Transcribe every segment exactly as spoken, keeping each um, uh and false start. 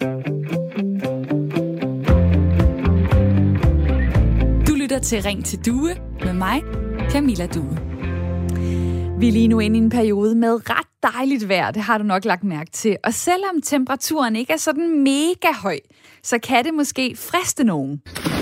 Du lytter til Ring til Due med mig, Camilla Due. Vi er lige nu inde i en periode med ret dejligt vejr, det har du nok lagt mærke til. Og selvom temperaturen ikke er sådan mega høj, så kan det måske friste nogen.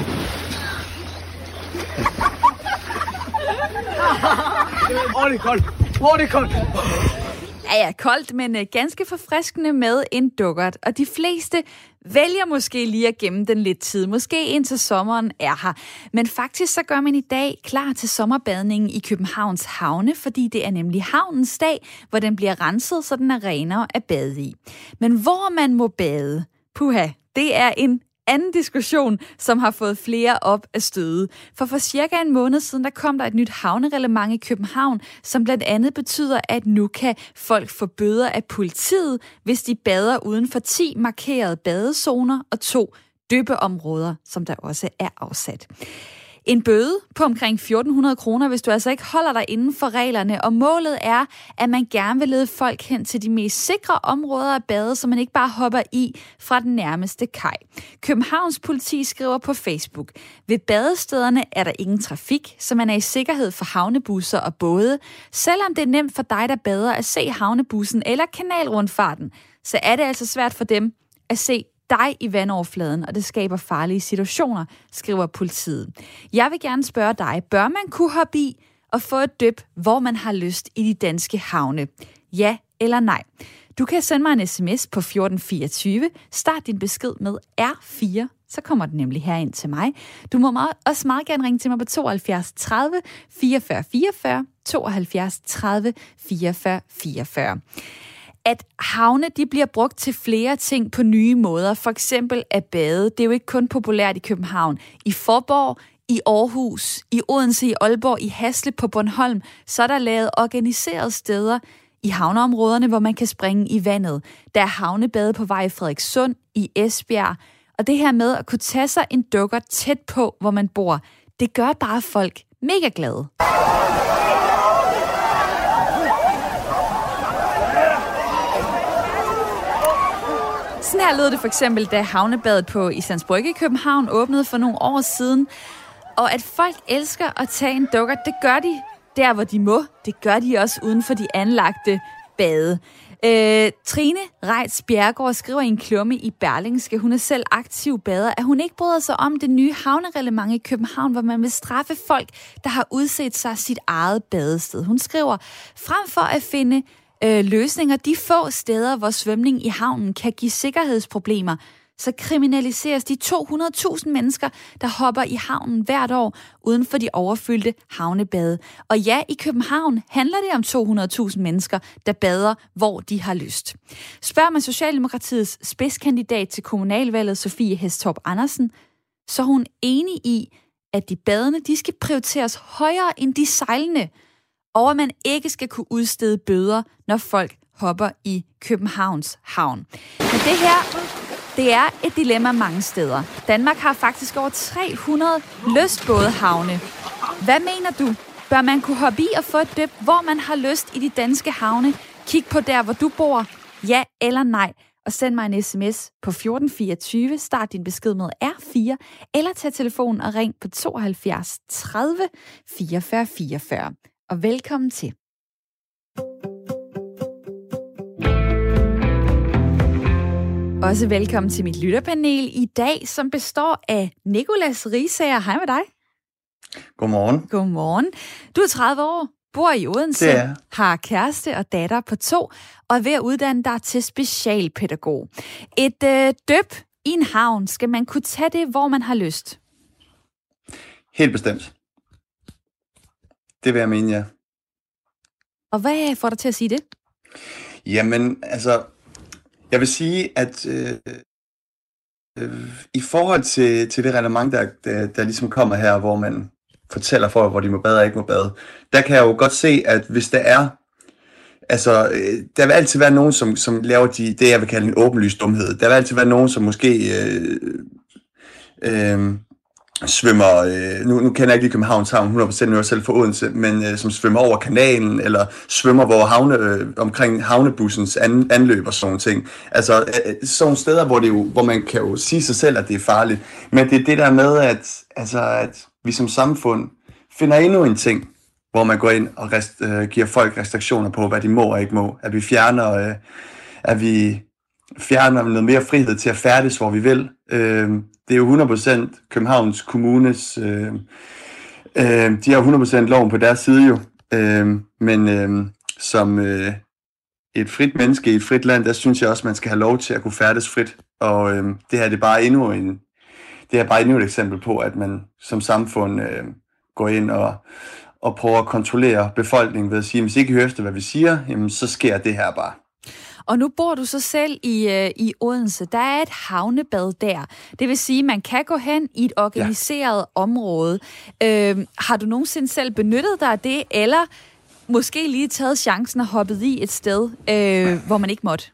Åh, det er koldt. Åh, det er koldt. Ja, ja, koldt, men ganske forfriskende med en dukkert. Og de fleste vælger måske lige at gemme den lidt tid. Måske indtil sommeren er her. Men faktisk så gør man i dag klar til sommerbadningen i Københavns havne, fordi det er nemlig havnens dag, hvor den bliver renset, så den er renere at bade i. Men hvor man må bade, puha, det er en anden diskussion, som har fået flere op at støde. For for cirka en måned siden, der kom der et nyt havnereglement i København, som blandt andet betyder, at nu kan folk få bøder af politiet, hvis de bader uden for ti markerede badezoner og to døbeområder, som der også er afsat. En bøde på omkring fjorten hundrede kroner, hvis du altså ikke holder dig inden for reglerne, og målet er, at man gerne vil lede folk hen til de mest sikre områder at bade, så man ikke bare hopper i fra den nærmeste kaj. Københavns politi skriver på Facebook: ved badestederne er der ingen trafik, så man er i sikkerhed for havnebusser og både. Selvom det er nemt for dig, der bader, at se havnebussen eller kanalrundfarten, så er det altså svært for dem at se dig i vandoverfladen, og det skaber farlige situationer, skriver politiet. Jeg vil gerne spørge dig, bør man kunne hoppe i og få et dyb, hvor man har lyst i de danske havne? Ja eller nej? Du kan sende mig en sms på fjorten fireogtyve. Start din besked med R fire, så kommer den nemlig herind til mig. Du må også meget gerne ringe til mig på tooghalvfjerds tredive fireogfyrre fireogfyrre, tooghalvfjerds tredive fireogfyrre fireogfyrre. At havne, de bliver brugt til flere ting på nye måder. For eksempel at bade. Det er jo ikke kun populært i København. I Faaborg, i Aarhus, i Odense, i Aalborg, i Hasle på Bornholm, så er der lavet organiserede steder i havneområderne, hvor man kan springe i vandet. Der er havnebade på vej i Frederikssund, i Esbjerg. Og det her med at kunne tage sig en dukker tæt på, hvor man bor, det gør bare folk mega glade. Sådan her lød det for eksempel, da havnebadet på Islands Brygge i København åbnede for nogle år siden. Og at folk elsker at tage en dukkert, det gør de der, hvor de må. Det gør de også uden for de anlagte bade. Øh, Trine Reitz Bjergård skriver i en klumme i Berlingske, hun er selv aktiv bader, at hun ikke bryder sig om det nye havnereglement i København, hvor man vil straffe folk, der har udset sig sit eget badested. Hun skriver, frem for at finde øh, løsninger de få steder, hvor svømning i havnen kan give sikkerhedsproblemer, så kriminaliseres de to hundrede tusind mennesker, der hopper i havnen hvert år uden for de overfyldte havnebade. Og ja, i København handler det om to hundrede tusind mennesker, der bader, hvor de har lyst. Spørger man Socialdemokratiets spidskandidat til kommunalvalget, Sofie Hæstorp Andersen, så er hun enig i, at de badende, de skal prioriteres højere end de sejlende, og at man ikke skal kunne udstede bøder, når folk hopper i Københavns havn. Men det her, det er et dilemma mange steder. Danmark har faktisk over tre hundrede lystbådehavne. Hvad mener du? Bør man kunne hoppe i og få et dyb, hvor man har lyst i de danske havne? Kig på der, hvor du bor. Ja eller nej? Og send mig en sms på fjorten fireogtyve. Start din besked med R fire. Eller tag telefonen og ring på tooghalvfjerds tredive fireogfyrre fireogfyrre. Og velkommen til. Også velkommen til mit lytterpanel i dag, som består af Nicolas Risager. Hej med dig. Godmorgen. Godmorgen. Du er tredive år, bor i Odense, har kæreste og datter på to, og er ved at uddanne dig til specialpædagog. Et øh, dyb i en havn, skal man kunne tage det, hvor man har lyst? Helt bestemt. Det vil jeg mene, ja. Og hvad får dig til at sige det? Jamen, altså, jeg vil sige, at øh, øh, i forhold til, til det reglement, der, der, der ligesom kommer her, hvor man fortæller folk, hvor de må bade og ikke må bade, der kan jeg jo godt se, at hvis der er, altså, øh, der vil altid være nogen, som, som laver de, det, jeg vil kalde en åbenlyst dumhed. Der vil altid være nogen, som måske øh, øh, svømmer, øh, nu, nu kender jeg ikke lige Københavns Havn hundrede procent, nu er jeg selv fra Odense, men øh, som svømmer over kanalen, eller svømmer hvor havne, øh, omkring havnebussens an, anløb og sådan nogle ting. Altså øh, sådan nogle steder, hvor, det jo, hvor man kan jo sige sig selv, at det er farligt. Men det er det der med, at, altså, at vi som samfund finder endnu en ting, hvor man går ind og rest, øh, giver folk restriktioner på, hvad de må og ikke må. At vi fjerner, øh, at vi fjerner noget mere frihed til at færdes, hvor vi vil. Øh, det er jo hundrede procent Københavns Kommunes, øh, øh, de har hundrede procent loven på deres side jo. Øh, men øh, som øh, et frit menneske i et frit land, der synes jeg også, man skal have lov til at kunne færdes frit. Og øh, det her det er bare endnu en, det er bare endnu et eksempel på, at man som samfund øh, går ind og og prøver at kontrollere befolkningen ved at sige, at hvis I ikke hører efter, hvad vi siger, jamen, så sker det her bare. Og nu bor du så selv i, øh, i Odense. Der er et havnebad der. Det vil sige, at man kan gå hen i et organiseret ja. område. Øh, har du nogensinde selv benyttet dig af det, eller måske lige taget chancen og hoppet i et sted, øh, hvor man ikke måtte?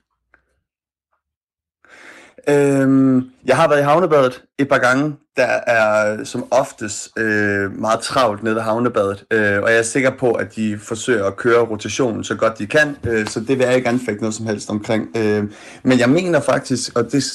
Øhm, jeg har været i havnebadet et par gange. Der er som oftest øh, meget travlt nede ved havnebadet, øh, og jeg er sikker på, at de forsøger at køre rotationen så godt de kan, øh, så det vil jeg ikke anfægte noget som helst omkring. Øh, men jeg mener faktisk, og det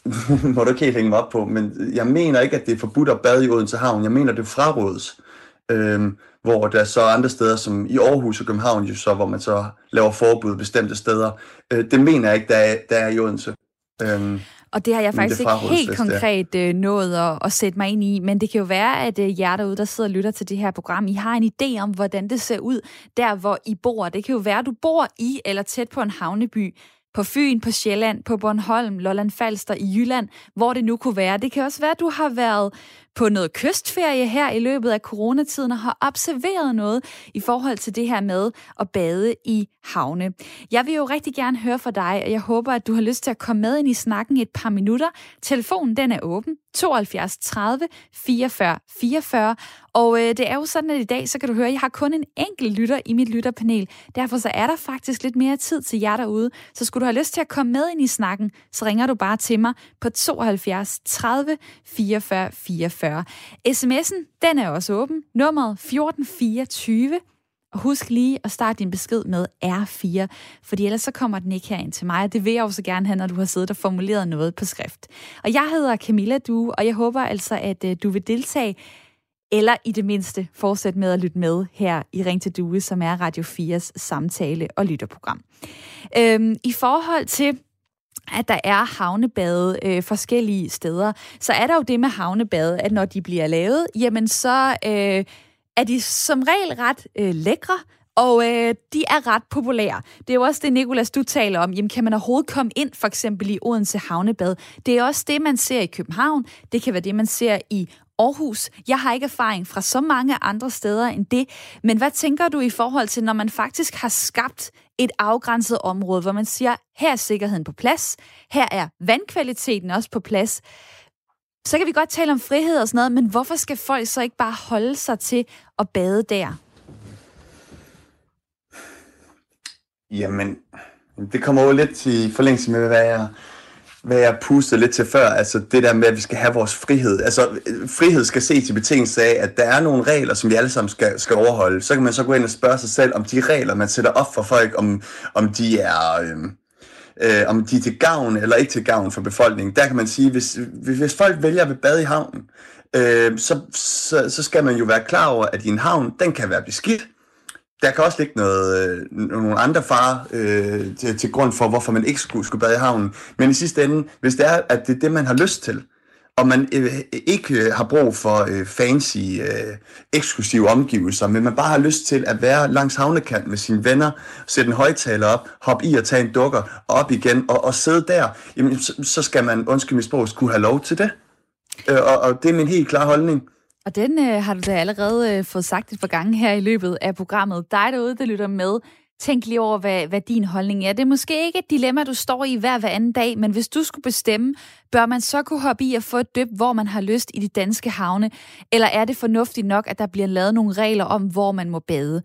må du ikke helt hænge mig op på, men jeg mener ikke, at det er forbudt at bade i Odense Havn. Jeg mener, det er frarådes. Øh, hvor der er så andre steder, som i Aarhus og København, jo så, hvor man så laver forbud bestemte steder. Øh, det mener jeg ikke, der er, der er i Odense. Øh, Og det har jeg faktisk ikke helt konkret øh, nået at, at sætte mig ind i, men det kan jo være, at øh, jer derude, der sidder og lytter til det her program, I har en idé om, hvordan det ser ud der, hvor I bor. Det kan jo være, at du bor i eller tæt på en havneby, på Fyn, på Sjælland, på Bornholm, Lolland Falster, i Jylland, hvor det nu kunne være. Det kan også være, at du har været på noget kystferie her i løbet af coronatiden og har observeret noget i forhold til det her med at bade i havne. Jeg vil jo rigtig gerne høre fra dig, og jeg håber, at du har lyst til at komme med ind i snakken et par minutter. Telefonen den er åben, tooghalvfjerds tredive fireogfyrre fireogfyrre, og øh, det er jo sådan, at i dag, så kan du høre, at jeg har kun en enkelt lytter i mit lytterpanel. Derfor så er der faktisk lidt mere tid til jer derude. Så skulle du have lyst til at komme med ind i snakken, så ringer du bare til mig på tooghalvfjerds tredive fireogfyrre fireogfyrre. sms'en, den er også åben. Nummeret fjorten fireogtyve. Og husk lige at starte din besked med R fire, fordi ellers så kommer den ikke herind til mig. Det vil jeg også gerne have, når du har siddet og formuleret noget på skrift. Og jeg hedder Camilla Due, og jeg håber altså, at uh, du vil deltage, eller i det mindste fortsætte med at lytte med her i Ring til Due, som er Radio fires samtale- og lytterprogram. Øhm, I forhold til at der er havnebade øh, forskellige steder, så er der jo det med havnebade, at når de bliver lavet, jamen så øh, er de som regel ret øh, lækre, og øh, de er ret populære. Det er jo også det, Nicolas, du taler om. Jamen, kan man overhovedet komme ind, for eksempel i Odense Havnebad? Det er også det, man ser i København. Det kan være det, man ser i Aarhus. Jeg har ikke erfaring fra så mange andre steder end det. Men hvad tænker du i forhold til, når man faktisk har skabt et afgrænset område, hvor man siger, her er sikkerheden på plads, her er vandkvaliteten også på plads. Så kan vi godt tale om frihed og sådan noget, men hvorfor skal folk så ikke bare holde sig til at bade der? Jamen, det kommer jo lidt i forlængelse med, hvad jeg, hvad jeg pustede lidt til før. Altså det der med, at vi skal have vores frihed. Altså frihed skal ses i betingelse af, at der er nogle regler, som vi alle sammen skal, skal overholde. Så kan man så gå ind og spørge sig selv, om de regler, man sætter op for folk, om, om de er... Øh, Øh, om de er til gavn eller ikke til gavn for befolkningen. Der kan man sige, hvis, hvis folk vælger at bade i havnen, øh, så, så, så skal man jo være klar over, at i en havn, den kan være beskidt. Der kan også ligge noget, øh, nogle andre farer øh, til, til grund for, hvorfor man ikke skulle, skulle bade i havnen. Men i sidste ende, hvis det er, at det er det, man har lyst til, og man øh, ikke øh, har brug for øh, fancy, øh, eksklusive omgivelser, men man bare har lyst til at være langs havnekanten med sine venner, sætte en højtaler op, hoppe i og tage en dukker, og op igen, og, og sidde der, jamen, så, så skal man, undskyld mit sprog, skulle have lov til det. Øh, og, og det er min helt klare holdning. Og den øh, har du da allerede øh, fået sagt et par gange her i løbet af programmet. Dig derude, der lytter med, tænk lige over, hvad, hvad din holdning er. Det er måske ikke et dilemma, du står i hver hver anden dag, men hvis du skulle bestemme, bør man så kunne hoppe i at få et dyb, hvor man har lyst i de danske havne? Eller er det fornuftigt nok, at der bliver lavet nogle regler om, hvor man må bade?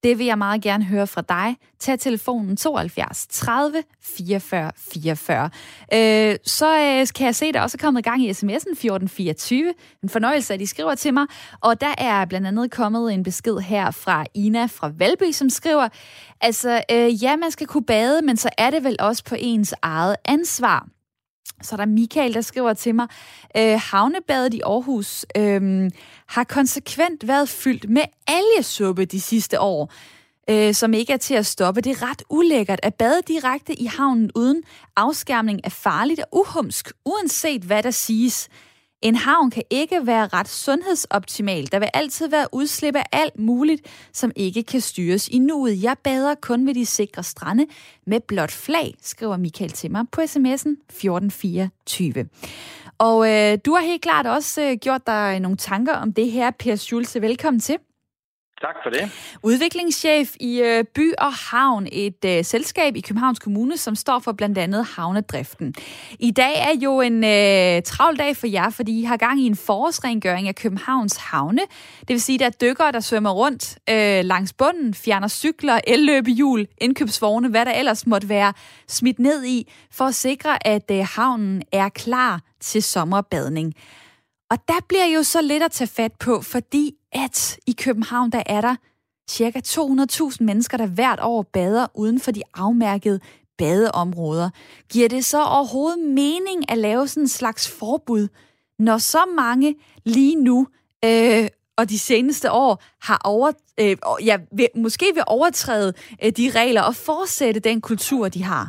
Det vil jeg meget gerne høre fra dig. Tag telefonen tooghalvfjerds tredive fireogfyrre fireogfyrre. Øh, så øh, kan jeg se, at der også er kommet i gang i sms'en fjorten fireogtyve. En fornøjelse, at de skriver til mig. Og der er blandt andet kommet en besked her fra Ina fra Valby, som skriver, altså, øh, ja, man skal kunne bade, men så er det vel også på ens eget ansvar. Så er der Michael, der skriver til mig, øh, havnebadet i Aarhus øh, har konsekvent været fyldt med algesuppe de sidste år, øh, som ikke er til at stoppe. Det er ret ulækkert at bade direkte i havnen uden afskærmning er farligt og uhumsk, uanset hvad der siges. En havn kan ikke være ret sundhedsoptimal. Der vil altid være udslip af alt muligt, som ikke kan styres i nuet. Jeg bader kun ved de sikre strande med blåt flag, skriver Michael til mig på sms'en fjorten fireogtyve. Og øh, du har helt klart også øh, gjort dig nogle tanker om det her, Per Schulze. Velkommen til. Tak for det. Udviklingschef i øh, By og Havn, et øh, selskab i Københavns Kommune, som står for blandt andet havnedriften. I dag er jo en øh, travl dag for jer, fordi I har gang i en forårsrengøring af Københavns havne. Det vil sige, at der er dykkere, der svømmer rundt øh, langs bunden, fjerner cykler, elløbehjul, indkøbsvogne, hvad der ellers måtte være smidt ned i, for at sikre, at øh, havnen er klar til sommerbadning. Og der bliver jo så lidt at tage fat på, fordi at i København, der er der cirka to hundrede tusind mennesker, der hvert år bader uden for de afmærkede badeområder. Giver det så overhovedet mening at lave sådan en slags forbud, når så mange lige nu øh, og de seneste år har over, øh, ja, vil, måske vil overtræde øh, de regler og fortsætte den kultur, de har?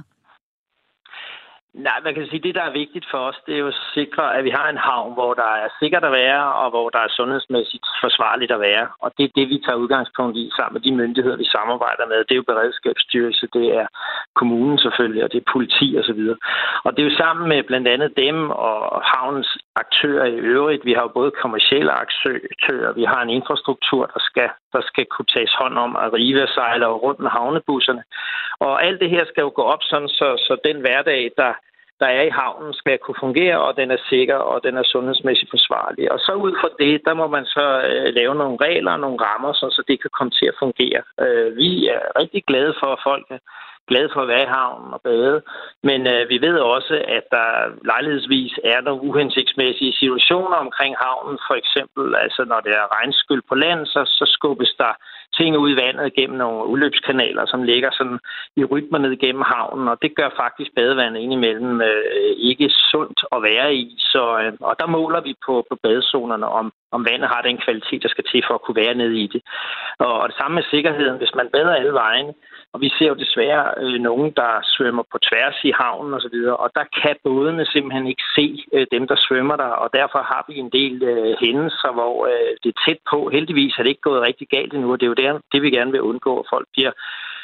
Nej, man kan sige, det, der er vigtigt for os, det er jo at sikre, at vi har en havn, hvor der er sikkert at være, og hvor der er sundhedsmæssigt forsvarligt at være. Og det er det, vi tager udgangspunkt i sammen med de myndigheder, vi samarbejder med. Det er jo beredskabsstyrelse, det er kommunen selvfølgelig, og det er politi osv. Og det er jo sammen med blandt andet dem og havnens aktører i øvrigt. Vi har jo både kommercielle aktører, vi har en infrastruktur, der skal, der skal kunne tages hånd om at rive og sejle rundt med havnebusserne. Og alt det her skal jo gå op sådan, så, så den hverdag, der der er i havnen, skal kunne fungere, og den er sikker, og den er sundhedsmæssigt forsvarlig. Og så ud fra det, der må man så øh, lave nogle regler og nogle rammer, så, så det kan komme til at fungere. Øh, vi er rigtig glade for, at folk er glade for at være i havnen og bade, men øh, vi ved også, at der lejlighedsvis er nogle uhensigtsmæssige situationer omkring havnen. For eksempel, altså når det er regnskyld på land, så, så skubbes der ting ud i vandet gennem nogle udløbskanaler, som ligger sådan i rytmer ned gennem havnen, og det gør faktisk badevandet indimellem øh, ikke sundt at være i. Så, øh, og der måler vi på, på badezonerne, om, om vandet har den kvalitet, der skal til for at kunne være nede i det. Og, og det samme med sikkerheden, hvis man bader alle vejen, og vi ser jo desværre øh, nogen, der svømmer på tværs i havnen osv., og, og der kan bådene simpelthen ikke se øh, dem, der svømmer der, og derfor har vi en del øh, hændelser, hvor øh, det er tæt på. Heldigvis er det ikke gået rigtig galt endnu, og det er jo der, det vi gerne vil undgå, at folk bliver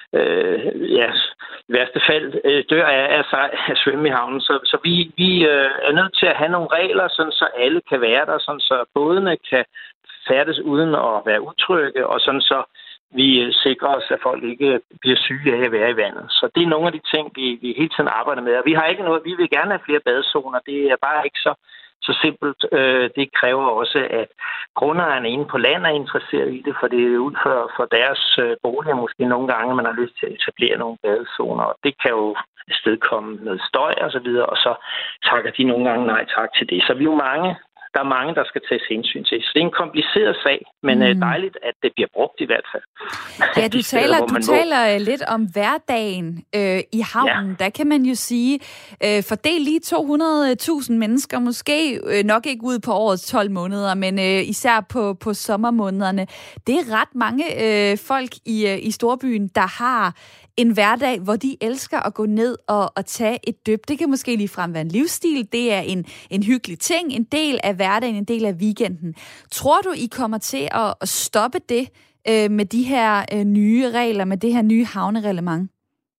øh, ja, i værste fald øh, dør af, af, sig, af svømme i havnen. Så, så vi, vi øh, er nødt til at have nogle regler, sådan, så alle kan være der, sådan, så bådene kan færdes uden at være utrygge, og sådan så vi sikrer os, at folk ikke bliver syge af at være i vandet. Så det er nogle af de ting, vi, vi hele tiden arbejder med. Og vi har ikke noget, vi vil gerne have flere badezoner. Det er bare ikke så, så simpelt. Det kræver også, at grundejerne inde på land er interesseret i det, for det er ud for, for deres boliger måske nogle gange, man har lyst til at etablere nogle badezoner. Og det kan jo afstedkomme noget støj og så videre, og så takker de nogle gange nej tak til det. Så vi er jo mange. Der er mange, der skal tages hensyn til. Så det er en kompliceret sag, men mm. dejligt, at det bliver brugt i hvert fald. Ja, du taler, steder, du taler lidt om hverdagen øh, i havnen. Ja. Der kan man jo sige, øh, fordel lige to hundrede tusind mennesker, måske øh, nok ikke ud på årets tolv måneder, men øh, især på, på sommermånederne. Det er ret mange øh, folk i, øh, i storbyen, der har en hverdag, hvor de elsker at gå ned og, og tage et dyb. Det kan måske ligefrem være en livsstil. Det er en, en hyggelig ting, en del af hverdagen, en del af weekenden. Tror du, I kommer til at, at stoppe det øh, med de her øh, nye regler, med det her nye havnereglement?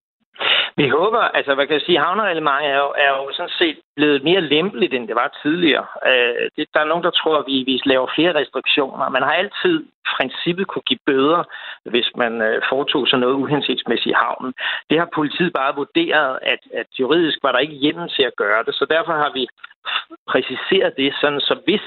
Vi håber, altså man kan sige, at havnereglement er jo, er jo sådan set blevet mere lempeligt, end det var tidligere. Øh, det, der er nogen, der tror, at vi, vi laver flere restriktioner. Man har altid princippet kunne give bøder, hvis man øh, foretog sig noget uhensigtsmæssigt i havnen. Det har politiet bare vurderet, at, at juridisk var der ikke hjemmel til at gøre det, så derfor har vi præciseret det sådan, så hvis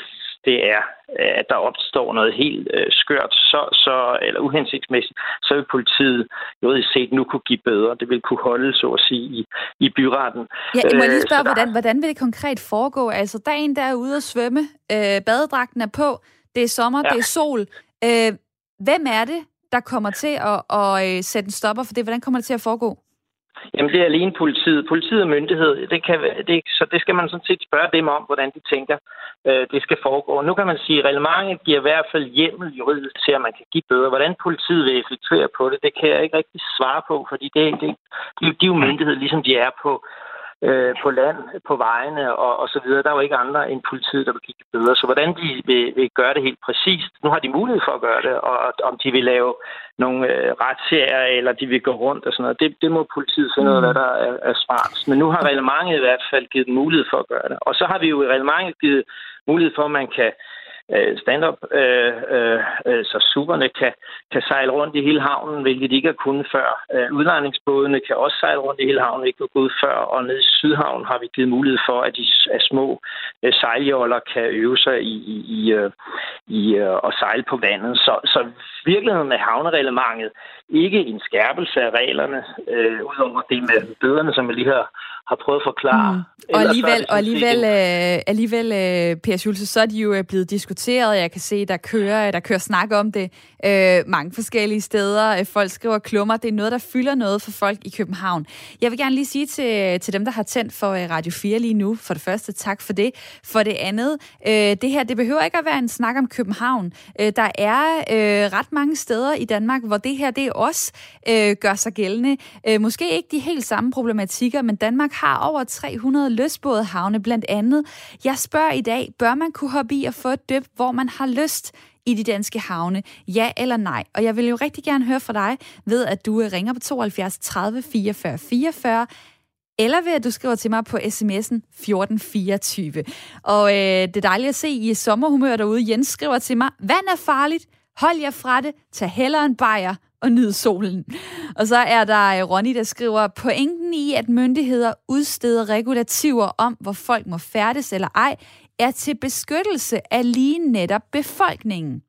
det er, at der opstår noget helt øh, skørt, så, så, eller uhensigtsmæssigt, så vil politiet juridisk set nu kunne give bøder. Det vil kunne holde, så at sige, i, i byretten. Ja, jeg må lige spørge, der... hvordan, hvordan vil det konkret foregå? Altså, der er en, der er ude at svømme, øh, badedragten er på, det er sommer, ja. Det er sol. Øh, hvem er det, der kommer til at, at, at sætte en stopper for det? Hvordan kommer det til at foregå? Jamen, det er alene politiet. Politiet er myndighed. Det kan, det, så det skal man sådan set spørge dem om, hvordan de tænker, øh, det skal foregå. Nu kan man sige, at reglementet giver i hvert fald hjemmel juridisk til, at man kan give bøder. Hvordan politiet vil effektuere på det, det kan jeg ikke rigtig svare på, fordi det, det, det, de er jo myndighed, ligesom de er på, øh, på land, på vejene og, og så videre. Der er jo ikke andre end politiet, der vil give bøder. Så hvordan de vil, vil gøre det helt præcist, nu har de mulighed for at gøre det, og om de vil lave nogle øh, retsserier, eller de vil gå rundt og sådan noget. Det, det må politiet finde ud af, hvad der er, er smart. Men nu har reglementet i hvert fald givet mulighed for at gøre det. Og så har vi jo i reglementet givet mulighed for, at man kan øh, stand-up, øh, øh, så superne kan, kan sejle rundt i hele havnen, hvilket de ikke har kunnet før. Øh, udlejningsbådene kan også sejle rundt i hele havnen, ikke har gået før. Og nede i Sydhavn har vi givet mulighed for, at de at små øh, sejljoller kan øve sig i, i, i, øh, i øh, at sejle på vandet. Så, så virkeligheden af havnereglementet ikke en skærpelse af reglerne, øh, udover det med bøderne, som jeg lige har, har prøvet at forklare. Mm. Og alligevel, og alligevel, øh, alligevel øh, Per Schulze, så er de jo blevet diskuteret. Jeg kan se, der kører, der kører snak om det øh, mange forskellige steder. Folk skriver klummer. Det er noget, der fylder noget for folk i København. Jeg vil gerne lige sige til, til dem, der har tændt for Radio fire lige nu, for det første, tak for det. For det andet, øh, det her, det behøver ikke at være en snak om København. Øh, der er øh, ret mange steder i Danmark, hvor det her, det også øh, gør sig gældende. Øh, måske ikke de helt samme problematikker, men Danmark har over tre hundrede lystbådehavne blandt andet. Jeg spørger i dag, bør man kunne hoppe i og få et dyb, hvor man har lyst i de danske havne? Ja eller nej? Og jeg vil jo rigtig gerne høre fra dig ved, at du ringer på tooghalvfjerds tredive fireogfyrre fireogfyrre, eller ved, at du skriver til mig på sms'en fjorten fireogtyve. Og øh, det er dejligt at se i sommerhumør derude. Jens skriver til mig, vand er farligt, hold jer fra det, tag hellere en bajer og nyd solen. Og så er der Ronny, der skriver, pointen i, at myndigheder udsteder regulativer om, hvor folk må færdes eller ej, er til beskyttelse af lige netop befolkningen.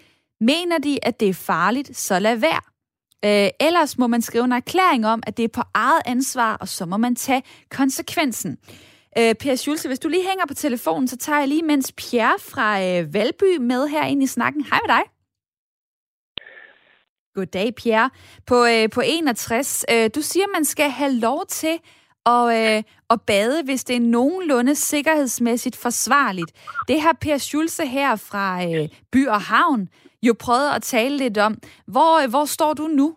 Mener de, at det er farligt, så lad være. Øh, ellers må man skrive en erklæring om, at det er på eget ansvar, og så må man tage konsekvensen. Øh, Per Schulze, hvis du lige hænger på telefonen, så tager jeg lige mens Pierre fra øh, Valby med her ind i snakken. Hej med dig. Goddag, Pierre. På, øh, på enogtres, øh, du siger, man skal have lov til at, øh, at bade, hvis det er nogenlunde sikkerhedsmæssigt forsvarligt. Det har Per Schulze her fra øh, By og Havn jo prøvet at tale lidt om. Hvor, øh, hvor står du nu?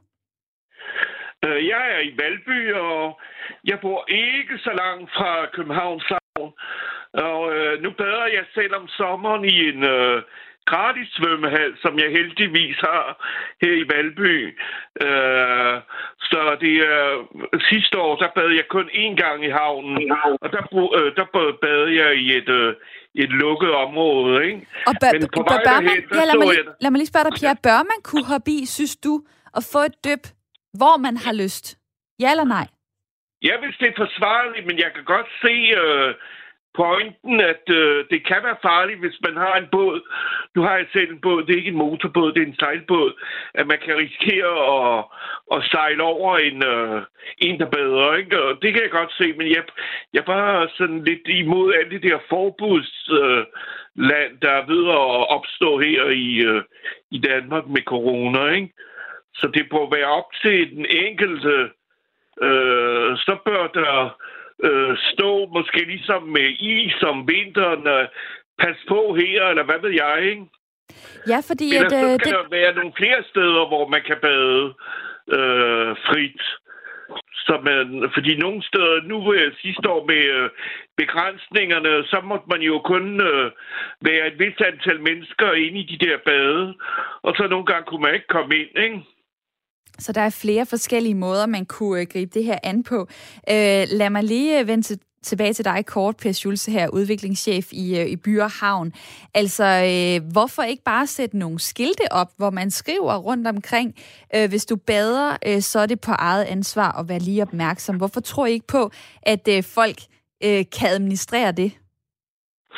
Jeg er i Valby, og jeg bor ikke så langt fra Københavns Havn. Og øh, nu bader jeg selv om sommeren i en øh, gratis svømmehal, som jeg heldigvis har her i Valby. Øh, så det er øh, sidste år, der badede jeg kun én gang i havnen, og der, øh, der badede jeg i et, øh, et lukket område, ikke? Og bør, Men på bør, bør man, derhen, ja, lad, mig lige, lad mig lige spørge dig, Pierre. Bør man kunne hoppe i, synes du, og få et dyb, hvor man har lyst? Ja eller nej? Ja, hvis det er forsvarligt, men jeg kan godt se øh, pointen, at øh, det kan være farligt, hvis man har en båd. Nu har jeg selv en båd, det er ikke en motorbåd, det er en sejlbåd, at man kan risikere at, at sejle over en, øh, en der bader, ikke? Og det kan jeg godt se, men jeg, jeg er bare sådan lidt imod alle de der forbudsland, øh, der er ved at opstå her i, øh, i Danmark med corona, ikke? Så det må være op til den enkelte. Øh, så bør der øh, stå måske ligesom med is om vinteren. Øh, pas på her, eller hvad ved jeg, ikke? Ja, fordi... Eller at, så kan det... der være nogle flere steder, hvor man kan bade øh, frit. Så man, fordi nogle steder, nu øh, sidste år med øh, begrænsningerne, så måtte man jo kun øh, være et vist antal mennesker inde i de der bade. Og så nogle gange kunne man ikke komme ind, ikke? Så der er flere forskellige måder, man kunne øh, gribe det her an på. Øh, lad mig lige øh, vende til, tilbage til dig kort, Per Schulze her, udviklingschef i, øh, i By og Havn. Altså, øh, hvorfor ikke bare sætte nogle skilte op, hvor man skriver rundt omkring, øh, hvis du bader, øh, så er det på eget ansvar at være lige opmærksom. Hvorfor tror I ikke på, at øh, folk øh, kan administrere det?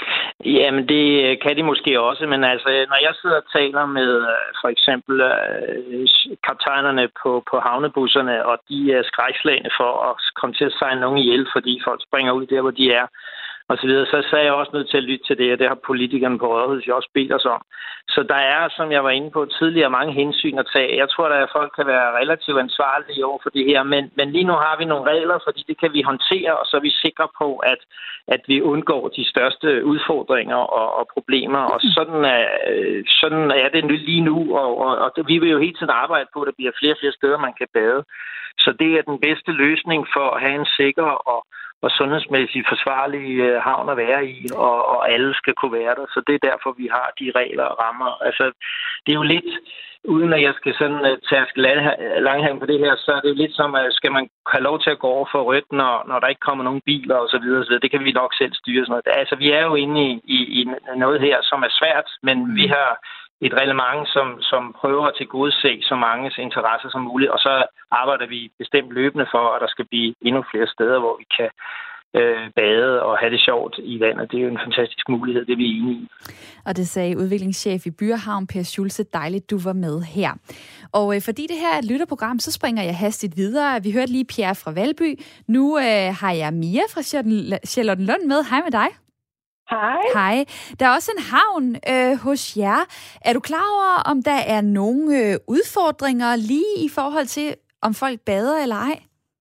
Jamen, det kan de måske også, men altså, når jeg sidder og taler med for eksempel øh, kaptajnerne på, på havnebusserne, og de er skrækslagne for at komme til at sejle nogen ihjel, fordi folk springer ud der, hvor de er, og så videre, så, så er jeg også nødt til at lytte til det, og det har politikerne på Rådhuset også bedt os om. Så der er, som jeg var inde på tidligere, mange hensyn at tage. Jeg tror, at folk kan være relativt ansvarlige over for det her, men, men lige nu har vi nogle regler, fordi det kan vi håndtere, og så er vi sikre på, at, at vi undgår de største udfordringer og, og problemer, og sådan er, sådan er det lige nu, og, og, og vi vil jo hele tiden arbejde på, at der bliver flere og flere steder, man kan bade. Så det er den bedste løsning for at have en sikker og og sundhedsmæssigt forsvarlig øh, havn at være i, og, og alle skal kunne være der. Så det er derfor, vi har de regler og rammer. Altså, det er jo lidt, uden at jeg skal sådan uh, tærske langhæng på det her, så er det jo lidt som, at skal man have lov til at gå over for rødt, når, når der ikke kommer nogen biler og så videre, så videre. Det kan vi nok selv styre. Sådan noget. Altså, vi er jo inde i, i, i noget her, som er svært, men mm. vi har et reglement, som, som prøver at tilgodese så manges interesser som muligt, og så arbejder vi bestemt løbende for, at der skal blive endnu flere steder, hvor vi kan øh, bade og have det sjovt i vandet. Det er jo en fantastisk mulighed, det vi er enige i. Og det sagde udviklingschef i By og Havn, Per Schulze. Dejligt, du var med her. Og øh, fordi det her er et lytterprogram, så springer jeg hastigt videre. Vi hørte lige Pierre fra Valby. Nu øh, har jeg Mia fra Charlottenlund med. Hej med dig. Hej. Hej. Der er også en havn øh, hos jer. Er du klar over, om der er nogle øh, udfordringer lige i forhold til, om folk bader eller ej?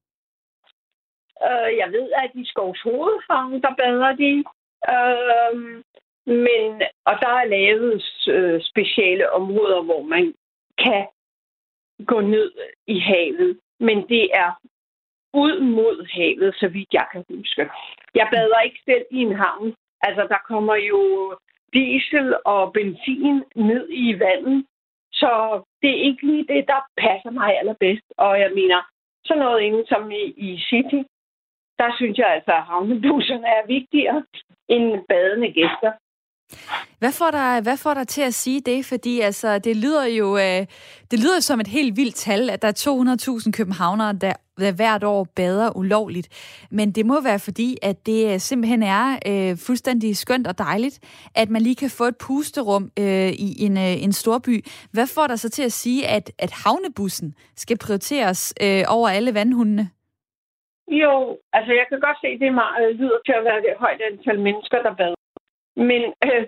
Uh, jeg ved, at i Skovs Hovedhavn, der bader de. Uh, men, og der er lavet øh, speciale områder, hvor man kan gå ned i havet. Men det er ud mod havet, så vidt jeg kan huske. Jeg bader ikke selv i en havn. Altså, der kommer jo diesel og benzin ned i vandet, så det er ikke lige det, der passer mig allerbedst. Og jeg mener, sådan noget inde som i, i City, der synes jeg altså, at havnebusserne er vigtigere end badende gæster. Hvad får der, hvad får der til at sige det? Fordi altså, det lyder jo øh, det lyder som et helt vildt tal, at der er to hundrede tusind københavnere, der, der hvert år bader ulovligt. Men det må være fordi, at det simpelthen er øh, fuldstændig skønt og dejligt, at man lige kan få et pusterum øh, i en, øh, en storby. Hvad får der så til at sige, at, at havnebussen skal prioriteres øh, over alle vandhundene? Jo, altså jeg kan godt se, at det er meget, lyder til at være et højt antal mennesker, der bader. Men øh,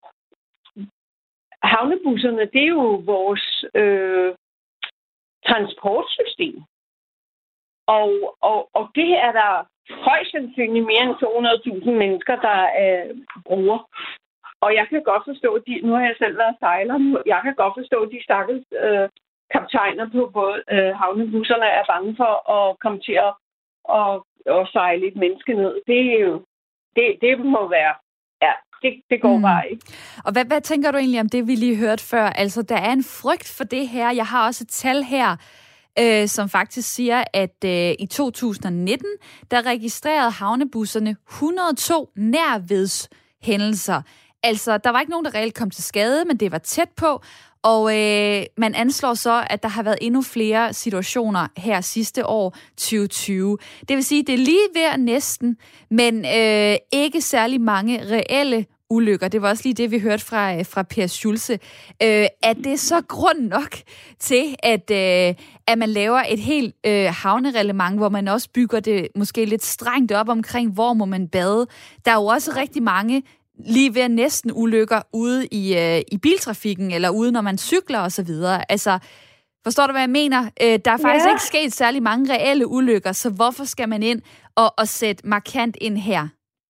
havnebusserne, det er jo vores øh, transportsystem. Og, og, og det er der højst sandsynligt mere end to hundrede tusind mennesker, der øh, bruger. Og jeg kan godt forstå, de, nu har jeg selv været sejler, jeg kan godt forstå, at de stakkels øh, kaptajner på både øh, havnebusserne er bange for at komme til at og, og sejle et menneske ned. Det er jo, det, det må være, ja, det, det går mm. bare ikke. Og hvad, hvad tænker du egentlig om det, vi lige hørte før? Altså, der er en frygt for det her. Jeg har også et tal her, øh, som faktisk siger, at øh, i to tusind nitten, der registrerede havnebusserne et hundrede og to nærvedshændelser. Altså, der var ikke nogen, der reelt kom til skade, men det var tæt på. Og øh, man anslår så, at der har været endnu flere situationer her sidste år, tyve tyve. Det vil sige, det er lige ved næsten, men øh, ikke særlig mange reelle ulykker. Det var også lige det, vi hørte fra, fra Per Schulze. Øh, er det så grund nok til, at, øh, at man laver et helt øh, havnereglement, hvor man også bygger det måske lidt strengt op omkring, hvor må man bade? Der er jo også rigtig mange lige ved næsten ulykker ude i, øh, i biltrafikken, eller ude, når man cykler og så videre. Altså, forstår du, hvad jeg mener? Øh, der er faktisk ja. ikke sket særlig mange reelle ulykker, så hvorfor skal man ind og, og sætte markant ind her?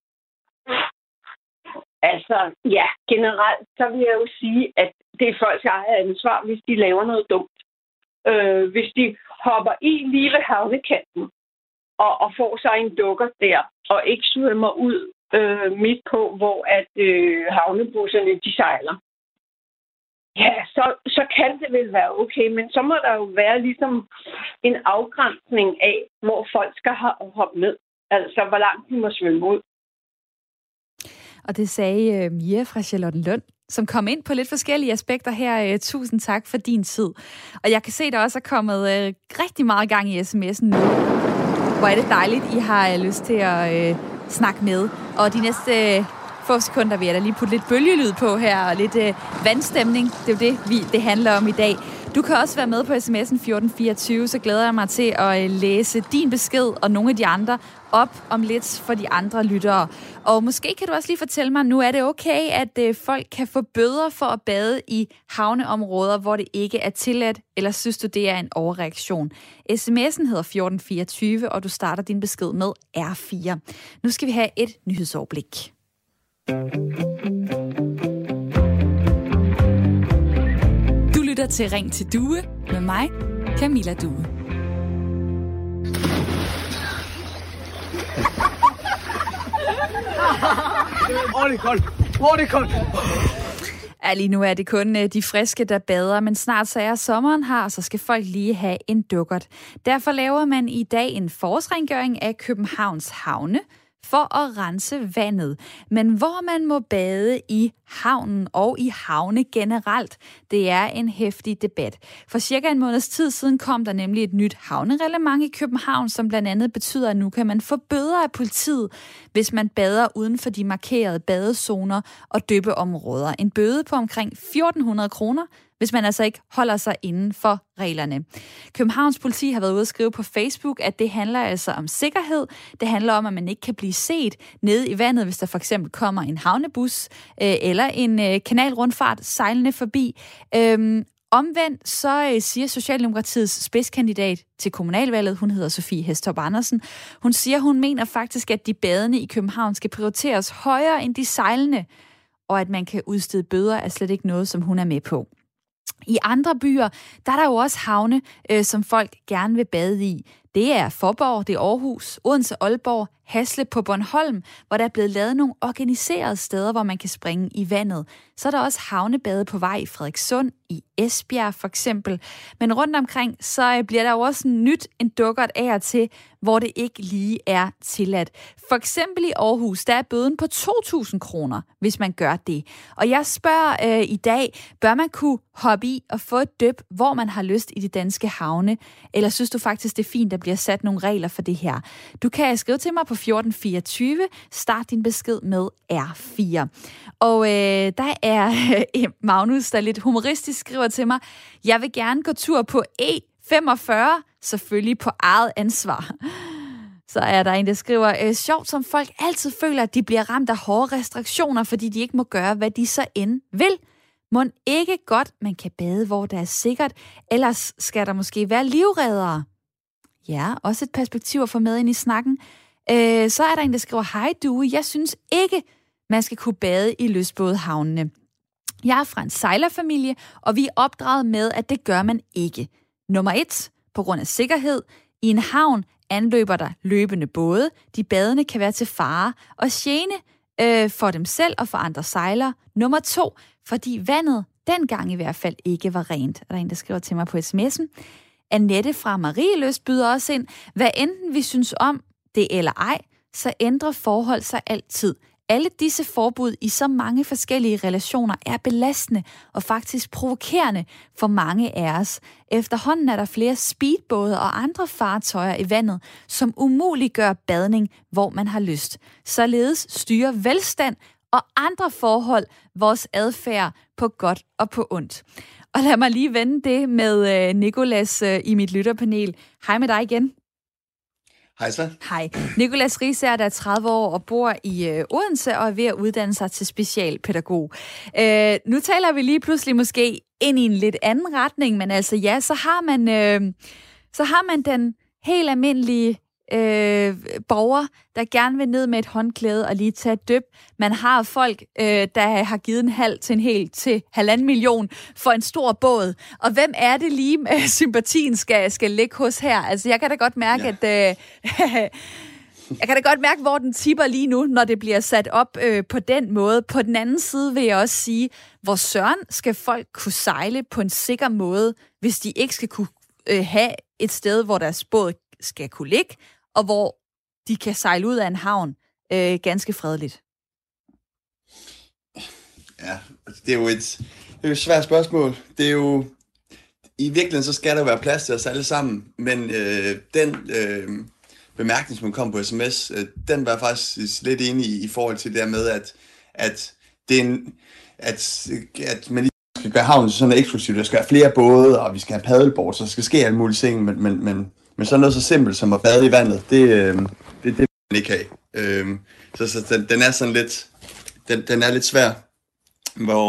Altså, ja, generelt, så vil jeg jo sige, at det er folks eget ansvar, hvis de laver noget dumt. Øh, hvis de hopper i lige ved havnekanten, og, og får sig en dukker der, og ikke svømmer ud Øh, midt på, hvor at øh, havnebusserne de sejler. Ja, så, så kan det vel være okay, men så må der jo være ligesom en afgrænsning af, hvor folk skal hoppe ned. Altså, hvor langt de må svømme ud. Og det sagde uh, Mia fra Charlottenlund, som kom ind på lidt forskellige aspekter her. Uh, tusind tak for din tid. Og jeg kan se, der også er kommet uh, rigtig meget gang i sms'en nu. Hvor er det dejligt, I har uh, lyst til at uh, snakke med. Og de næste få sekunder vil jeg da lige putte lidt bølgelyd på her, og lidt øh, vandstemning. Det er jo det, vi, det handler om i dag. Du kan også være med på sms'en fjorten fireogtyve, så glæder jeg mig til at læse din besked og nogle af de andre op om lidt for de andre lyttere. Og måske kan du også lige fortælle mig, nu er det okay, at øh, folk kan få bøder for at bade i havneområder, hvor det ikke er tilladt, eller synes du, det er en overreaktion? sms'en hedder fjorten fireogtyve, og du starter din besked med R fire. Nu skal vi have et nyhedsoverblik. Du lytter til Ring til Due med mig, Camilla Due. Ordentligt koldt. Ordentligt koldt. Ja, lige nu er det kun de friske, der bader, men snart så er sommeren her, og så skal folk lige have en dukkert. Derfor laver man i dag en forårsrengøring af Københavns havne for at rense vandet. Men hvor man må bade i havnen og i havne generelt, det er en heftig debat. For cirka en måneds tid siden kom der nemlig et nyt havnereglement i København, som blandt andet betyder, at nu kan man få bøder af politiet, hvis man bader uden for de markerede badezoner og døbeområder. En bøde på omkring fjorten hundrede kroner, hvis man altså ikke holder sig inden for reglerne. Københavns politi har været ude at skrive på Facebook, at det handler altså om sikkerhed. Det handler om, at man ikke kan blive set nede i vandet, hvis der for eksempel kommer en havnebus øh, eller en øh, kanalrundfart sejlende forbi. Øhm, omvendt så øh, siger Socialdemokratiets spidskandidat til kommunalvalget, hun hedder Sofie Hæstrup Andersen, hun siger, hun mener faktisk, at de badende i København skal prioriteres højere end de sejlende, og at man kan udstede bøder er slet ikke noget, som hun er med på. I andre byer, der er der jo også havne, øh, som folk gerne vil bade i. Det er Faaborg, det er Aarhus, Odense, Aalborg, Hasle på Bornholm, hvor der er blevet lavet nogle organiserede steder, hvor man kan springe i vandet. Så er der også havnebade på vej i Frederikssund, i Esbjerg for eksempel. Men rundt omkring, så bliver der jo også nyt en dukkert af og til, hvor det ikke lige er tilladt. For eksempel i Aarhus, der er bøden på to tusind kroner, hvis man gør det. Og jeg spørger øh, i dag, bør man kunne hoppe i og få et dyb, hvor man har lyst i de danske havne? Eller synes du faktisk, det er fint, der bliver sat nogle regler for det her? Du kan skrive til mig på fjorten fireogtyve. Start din besked med R fire. Og øh, der er øh, Magnus, der lidt humoristisk skriver til mig, jeg vil gerne gå tur på E femogfyrre, selvfølgelig på eget ansvar. Så er der en, der skriver, øh, sjovt som folk altid føler, at de bliver ramt af hårde restriktioner, fordi de ikke må gøre, hvad de så end vil. Må ikke godt, man kan bade, hvor der er sikkert, ellers skal der måske være livreddere. Ja, også et perspektiv at få med ind i snakken. Øh, så er der en, der skriver, hej Due, jeg synes ikke, man skal kunne bade i lystbådehavnene. Jeg er fra en sejlerfamilie, og vi er opdraget med, at det gør man ikke. Nummer et, på grund af sikkerhed. I en havn anløber der løbende både. De badende kan være til fare og gene øh, for dem selv og for andre sejlere. Nummer to, fordi vandet dengang i hvert fald ikke var rent. Er der en, der skriver til mig på sms'en. Annette fra Marielyst byder også ind. Hvad enten vi synes om det eller ej, så ændrer forhold sig altid. Alle disse forbud i så mange forskellige relationer er belastende og faktisk provokerende for mange af os. Efterhånden er der flere speedbåde og andre fartøjer i vandet, som umuliggør badning, hvor man har lyst. Således styrer velstand og andre forhold vores adfærd på godt og på ondt. Og lad mig lige vende det med Nicolas i mit lytterpanel. Hej med dig igen. Hej så. Hej. Nicolas Riisager, der er tredive år og bor i øh, Odense og er ved at uddanne sig til specialpædagog. Øh, nu taler vi lige pludselig måske ind i en lidt anden retning, men altså ja, så har man, øh, så har man den helt almindelige øh, borger, der gerne vil ned med et håndklæde og lige tage et dyb. Man har folk, øh, der har givet en halv til en hel til halvanden million for en stor båd. Og hvem er det lige, øh, sympatien skal, skal ligge hos her? Altså, jeg kan da godt mærke, ja. at... Øh, jeg kan da godt mærke, hvor den tipper lige nu, når det bliver sat op øh, på den måde. På den anden side vil jeg også sige, hvor søren skal folk kunne sejle på en sikker måde, hvis de ikke skal kunne øh, have et sted, hvor deres båd skal kunne ligge, og hvor de kan sejle ud af en havn øh, ganske fredeligt? Ja, det er jo et, det er jo et svært spørgsmål. Det er jo, i virkeligheden så skal der være plads til os alle sammen, men øh, den øh, bemærkning, som kom på sms, øh, den var faktisk lidt enig i, i forhold til det der med, at, at det er en, at, at man skal gøre havnen sådan eksklusivt. Der skal være flere både, og vi skal have paddleboard, så der skal ske alle mulige ting, men, men, men, men sådan noget så simpelt som at bade i vandet, det, det, det vil man ikke have. Øhm, så så den, den er sådan lidt, den, den er lidt svær, hvor,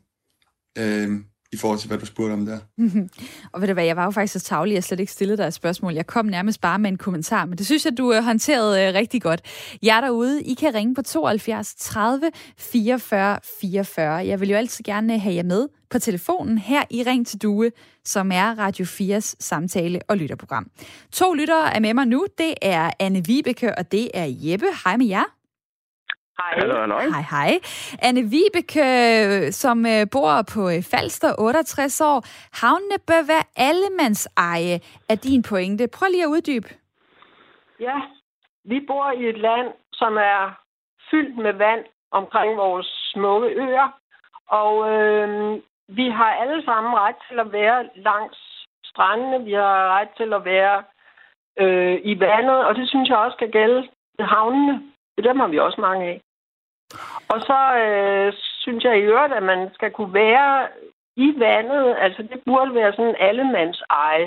øhm, i forhold til, hvad du spurgte om der. Og ved du hvad, jeg var jo faktisk så tavlig, jeg slet ikke stillede dig et spørgsmål. Jeg kom nærmest bare med en kommentar, men det synes jeg, du håndterede øh, rigtig godt. Jeg derude, I kan ringe på tooghalvfjerds tredive fireogfyrre fireogfyrre. Jeg vil jo altid gerne have jer med på telefonen her i Ring til Due, som er Radio fires samtale- og lytterprogram. To lyttere er med mig nu. Det er Anne Vibeke, og det er Jeppe. Hej med jer. Hej. Hallo, hallo. Hej, hej. Anne Vibeke, som bor på Falster, otteogtres år. Havnene bør være allemands eje af din pointe. Prøv lige at uddybe. Ja, vi bor i et land, som er fyldt med vand omkring vores smukke øer. Og øh, vi har alle sammen ret til at være langs strandene. Vi har ret til at være øh, i vandet, og det synes jeg også skal gælde ved havnene. Dem har vi også mange af. Og så øh, synes jeg i øvrigt, at man skal kunne være i vandet. Altså, det burde være sådan allemands eje.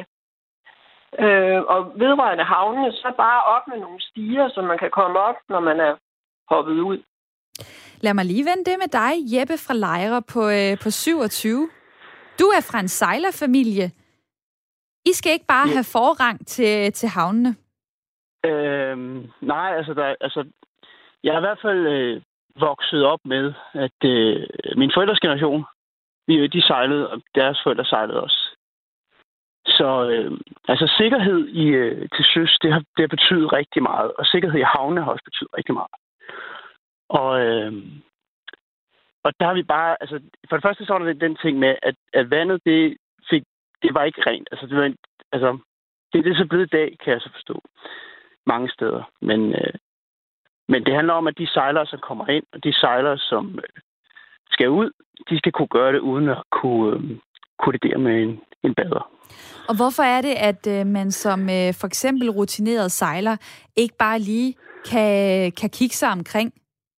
Øh, og vedrørende havnene, så bare op med nogle stiger, så man kan komme op, når man er hoppet ud. Lad mig lige vende det med dig, Jeppe fra Lejre på, øh, på syvogtyve. Du er fra en sejlerfamilie. I skal ikke bare ja. have forrang til, til havnene. Øhm, nej, altså, der, altså, jeg er i hvert fald øh, vokset op med, at øh, min forældres generation, vi, de sejlede, og deres forældre sejlede også. Så øh, altså, sikkerhed i, øh, til søs, det har, det har betydet rigtig meget, og sikkerhed i havne har også betydet rigtig meget. Og, øh, og der har vi bare, altså, for det første så var der den ting med, at, at vandet, det, fik, det var ikke rent. Altså, det var en, altså, det er det så blevet i dag, kan jeg så forstå. Mange steder. Men, øh, men det handler om, at de sejlere, som kommer ind, og de sejlere, som øh, skal ud, de skal kunne gøre det, uden at kunne øh, kollidere med en, en bader. Og hvorfor er det, at øh, man som øh, for eksempel rutineret sejler ikke bare lige kan, kan kigge sig omkring?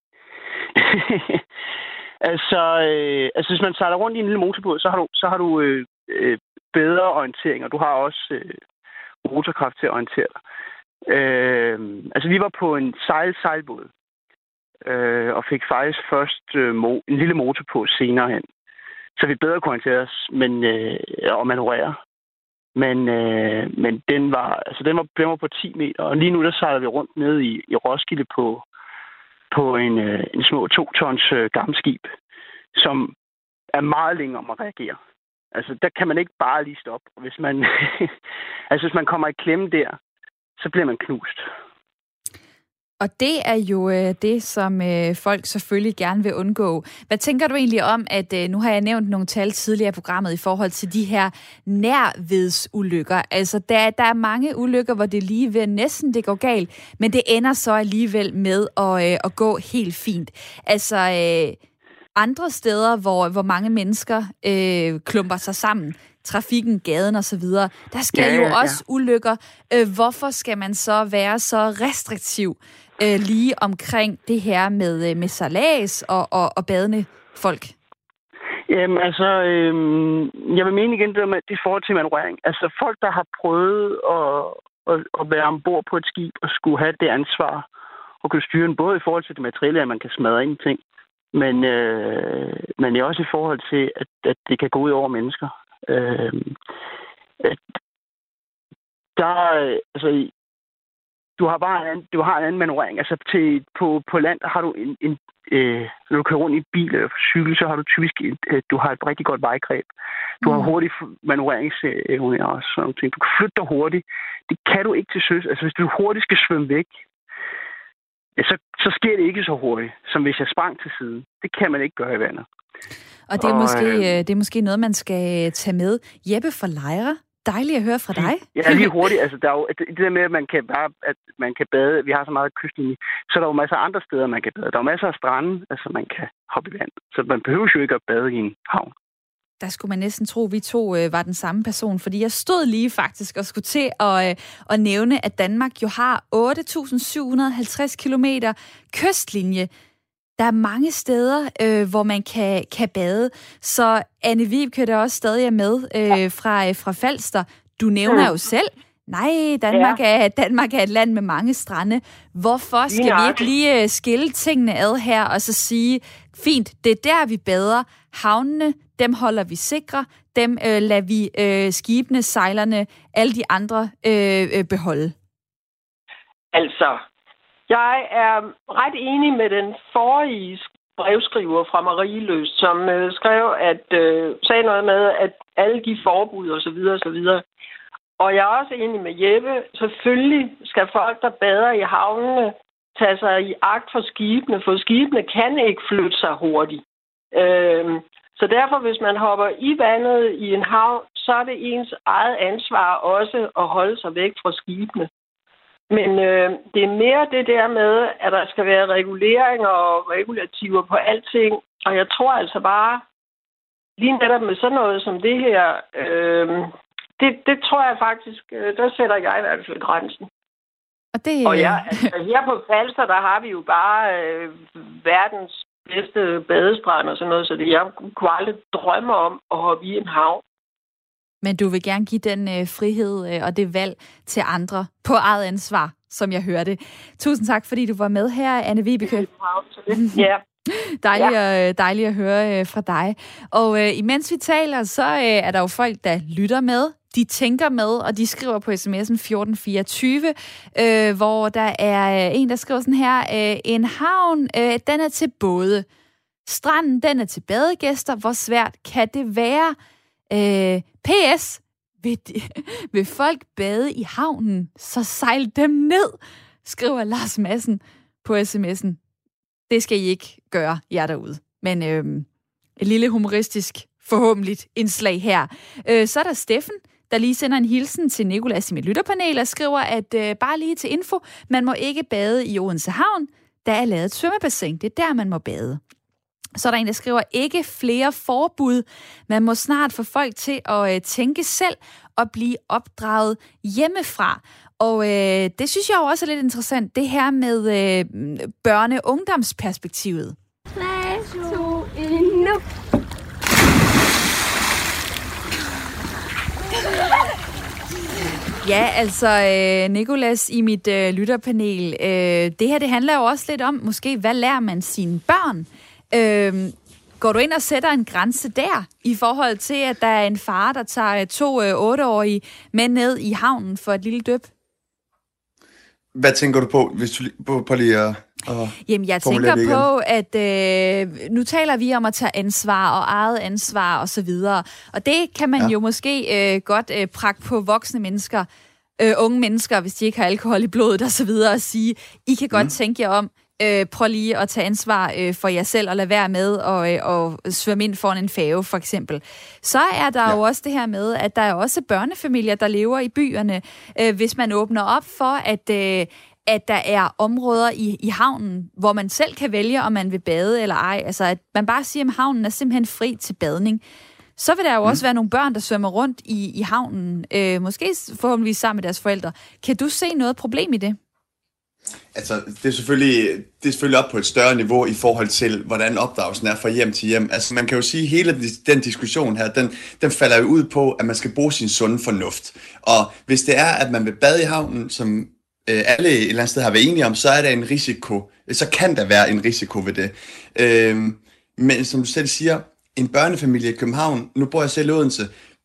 altså, øh, altså, hvis man sejler rundt i en lille motorbåd, så har du, så har du øh, øh, bedre orientering, og du har også øh, motorkraft til at orientere dig. Øh, altså, vi var på en sejl-sejlbåd, øh, og fik faktisk først øh, mo- en lille motor på senere hen. Så vi bedre kunne orientere os men, øh, og manøvrere. Men, øh, men den var, altså, den var, den var på ti meter, og lige nu der sejler vi rundt nede i, i Roskilde på, på en, øh, en små to tons øh, gammel skib, som er meget længere om at reagere. Altså, der kan man ikke bare lige stoppe. Hvis man, altså, hvis man kommer i klemme der, så bliver man knust. Og det er jo øh, det, som øh, folk selvfølgelig gerne vil undgå. Hvad tænker du egentlig om, at øh, nu har jeg nævnt nogle tal tidligere i programmet i forhold til de her nærvedsulykker. Altså, der, der er mange ulykker, hvor det lige ved næsten det går galt, men det ender så alligevel med at, øh, at gå helt fint. Altså, øh, andre steder, hvor, hvor mange mennesker øh, klumper sig sammen, trafikken, gaden og så videre, der sker ja, ja, jo også ja. ulykker. Øh, hvorfor skal man så være så restriktiv øh, lige omkring det her med, med sejlads og, og, og badende folk? Jamen altså, øh, jeg vil mene igen det med det forhold til manøvrering. Altså folk, der har prøvet at, at, at være ombord på et skib og skulle have det ansvar og kunne styre en både i forhold til det materielle, at man kan smadre en ting, men, øh, men også i forhold til, at, at det kan gå ud over mennesker. Øh, der, altså, du har bare en anden, du har en anden manøvrering. Altså til, på, på land har du en, en øh, når du kører rundt i en bil eller cykel, så har du typisk et, du har et rigtig godt vejgreb. Du har hurtig manøvreringsevne og sådan noget. Du kan flytte dig hurtigt. Det kan du ikke til søs. Altså hvis du hurtigt skal svømme væk, ja, så, så sker det ikke så hurtigt, som hvis jeg sprang til siden. Det kan man ikke gøre i vandet. Og det er, og, måske, øh, det er måske noget, man skal tage med. Jeppe fra Lejre, dejligt at høre fra dig. Ja, lige hurtigt. Altså, der er jo, det der med, at man kan, bare, at man kan bade, vi har så meget kystlinje, så er der jo masser af andre steder, man kan bade. Der er jo masser af strande, altså man kan hoppe i vand. Så man behøver jo ikke at bade i en havn. Der skulle man næsten tro, at vi to øh, var den samme person, fordi jeg stod lige faktisk og skulle til at, øh, at nævne, at Danmark jo har otte tusind syv hundrede og halvtreds kilometer kystlinje. Der er mange steder, øh, hvor man kan, kan bade. Så Anne Vibeke, der også stadig er med øh, fra, fra Falster. Du nævner mm. jo selv, nej, Danmark, ja. er, Danmark er et land med mange strande. Hvorfor skal vi ikke lige skille tingene ad her, og så sige, fint, det er der, vi bader. Havnene, dem holder vi sikre. Dem øh, lader vi øh, skibene, sejlerne, alle de andre øh, øh, beholde. Altså, jeg er ret enig med den forrige brevskriver fra Marieløs, som øh, skrev, at øh, sagde noget med, at alle de forbud og så videre, og så videre. Og jeg er også enig med Jeppe. Selvfølgelig skal folk, der bader i havnene, tage sig i agt for skibene, for skibene kan ikke flytte sig hurtigt. Øh, så derfor, hvis man hopper i vandet i en havn, så er det ens eget ansvar også at holde sig væk fra skibene. Men øh, det er mere det der med, at der skal være reguleringer og regulativer på alting. Og jeg tror altså bare, lige netop med sådan noget som det her, øh, det, det tror jeg faktisk, øh, der sætter jeg i hvert fald grænsen. Og, det... og ja, altså, her på Falster, der har vi jo bare øh, verdens bedste badestrand og sådan noget, så det, jeg kunne aldrig drømme om at hoppe i en havn. Men du vil gerne give den øh, frihed øh, og det valg til andre på eget ansvar, som jeg hørte. Tusind tak, fordi du var med her, Anne Vibeke. Ja. Dejligt, ja. at, dejligt at høre øh, fra dig. Og øh, imens vi taler, så øh, er der jo folk, der lytter med. De tænker med, og de skriver på sms'en fjorten fireogtyve, øh, hvor der er en, der skriver sådan her, øh, en havn, øh, den er til både. Stranden, den er til badegæster. Hvor svært kan det være? Øh, P S. Vil, de, vil folk bade i havnen, så sejl dem ned, skriver Lars Madsen på sms'en. Det skal I ikke gøre, jer derude. Men øh, et lille humoristisk, forhåbentlig indslag her. Øh, så er der Steffen, der lige sender en hilsen til Nicolas i mit lytterpanel og skriver, at øh, bare lige til info, man må ikke bade i Odense Havn. Der er lavet et svømmebassin. Det er der, man må bade. Så er der en, der skriver, ikke flere forbud. Man må snart få folk til at øh, tænke selv og blive opdraget hjemmefra. Og øh, det synes jeg jo også er lidt interessant, det her med øh, børne-ungdomsperspektivet. tre, to, et, nu! Ja, altså øh, Nicolas i mit øh, lytterpanel. Øh, det her, det handler jo også lidt om, måske, hvad lærer man sine børn? Øh, går du ind og sætter en grænse der, i forhold til, at der er en far, der tager to øh, otteårige med ned i havnen for et lille dyb? Hvad tænker du på, hvis du på, på lige at uh, Jamen, jeg tænker på, at øh, nu taler vi om at tage ansvar og eget ansvar og så videre. Og det kan man ja. jo måske øh, godt øh, prakke på voksne mennesker, øh, unge mennesker, hvis de ikke har alkohol i blodet og så videre, og sige, I kan godt mm. tænke jer om, øh, prøv lige at tage ansvar øh, for jer selv og lade være med og, øh, og svømme ind foran en færge, for eksempel. Så er der ja. jo også det her med, at der er også børnefamilier, der lever i byerne. Øh, hvis man åbner op for, at... Øh, at der er områder i, i havnen, hvor man selv kan vælge, om man vil bade eller ej. Altså, at man bare siger, at havnen er simpelthen fri til badning. Så vil der jo mm. også være nogle børn, der svømmer rundt i, i havnen, øh, måske forhåbentlig sammen med deres forældre. Kan du se noget problem i det? Altså, det er selvfølgelig, det er selvfølgelig op på et større niveau i forhold til, hvordan opdragelsen er fra hjem til hjem. Altså, man kan jo sige, at hele den diskussion her, den, den falder jo ud på, at man skal bruge sin sunde fornuft. Og hvis det er, at man vil bade i havnen, som alle et eller andet sted har været enige om, så er der en risiko, så kan der være en risiko ved det. Øh, men som du selv siger, en børnefamilie i København, nu bor jeg selv i Odense,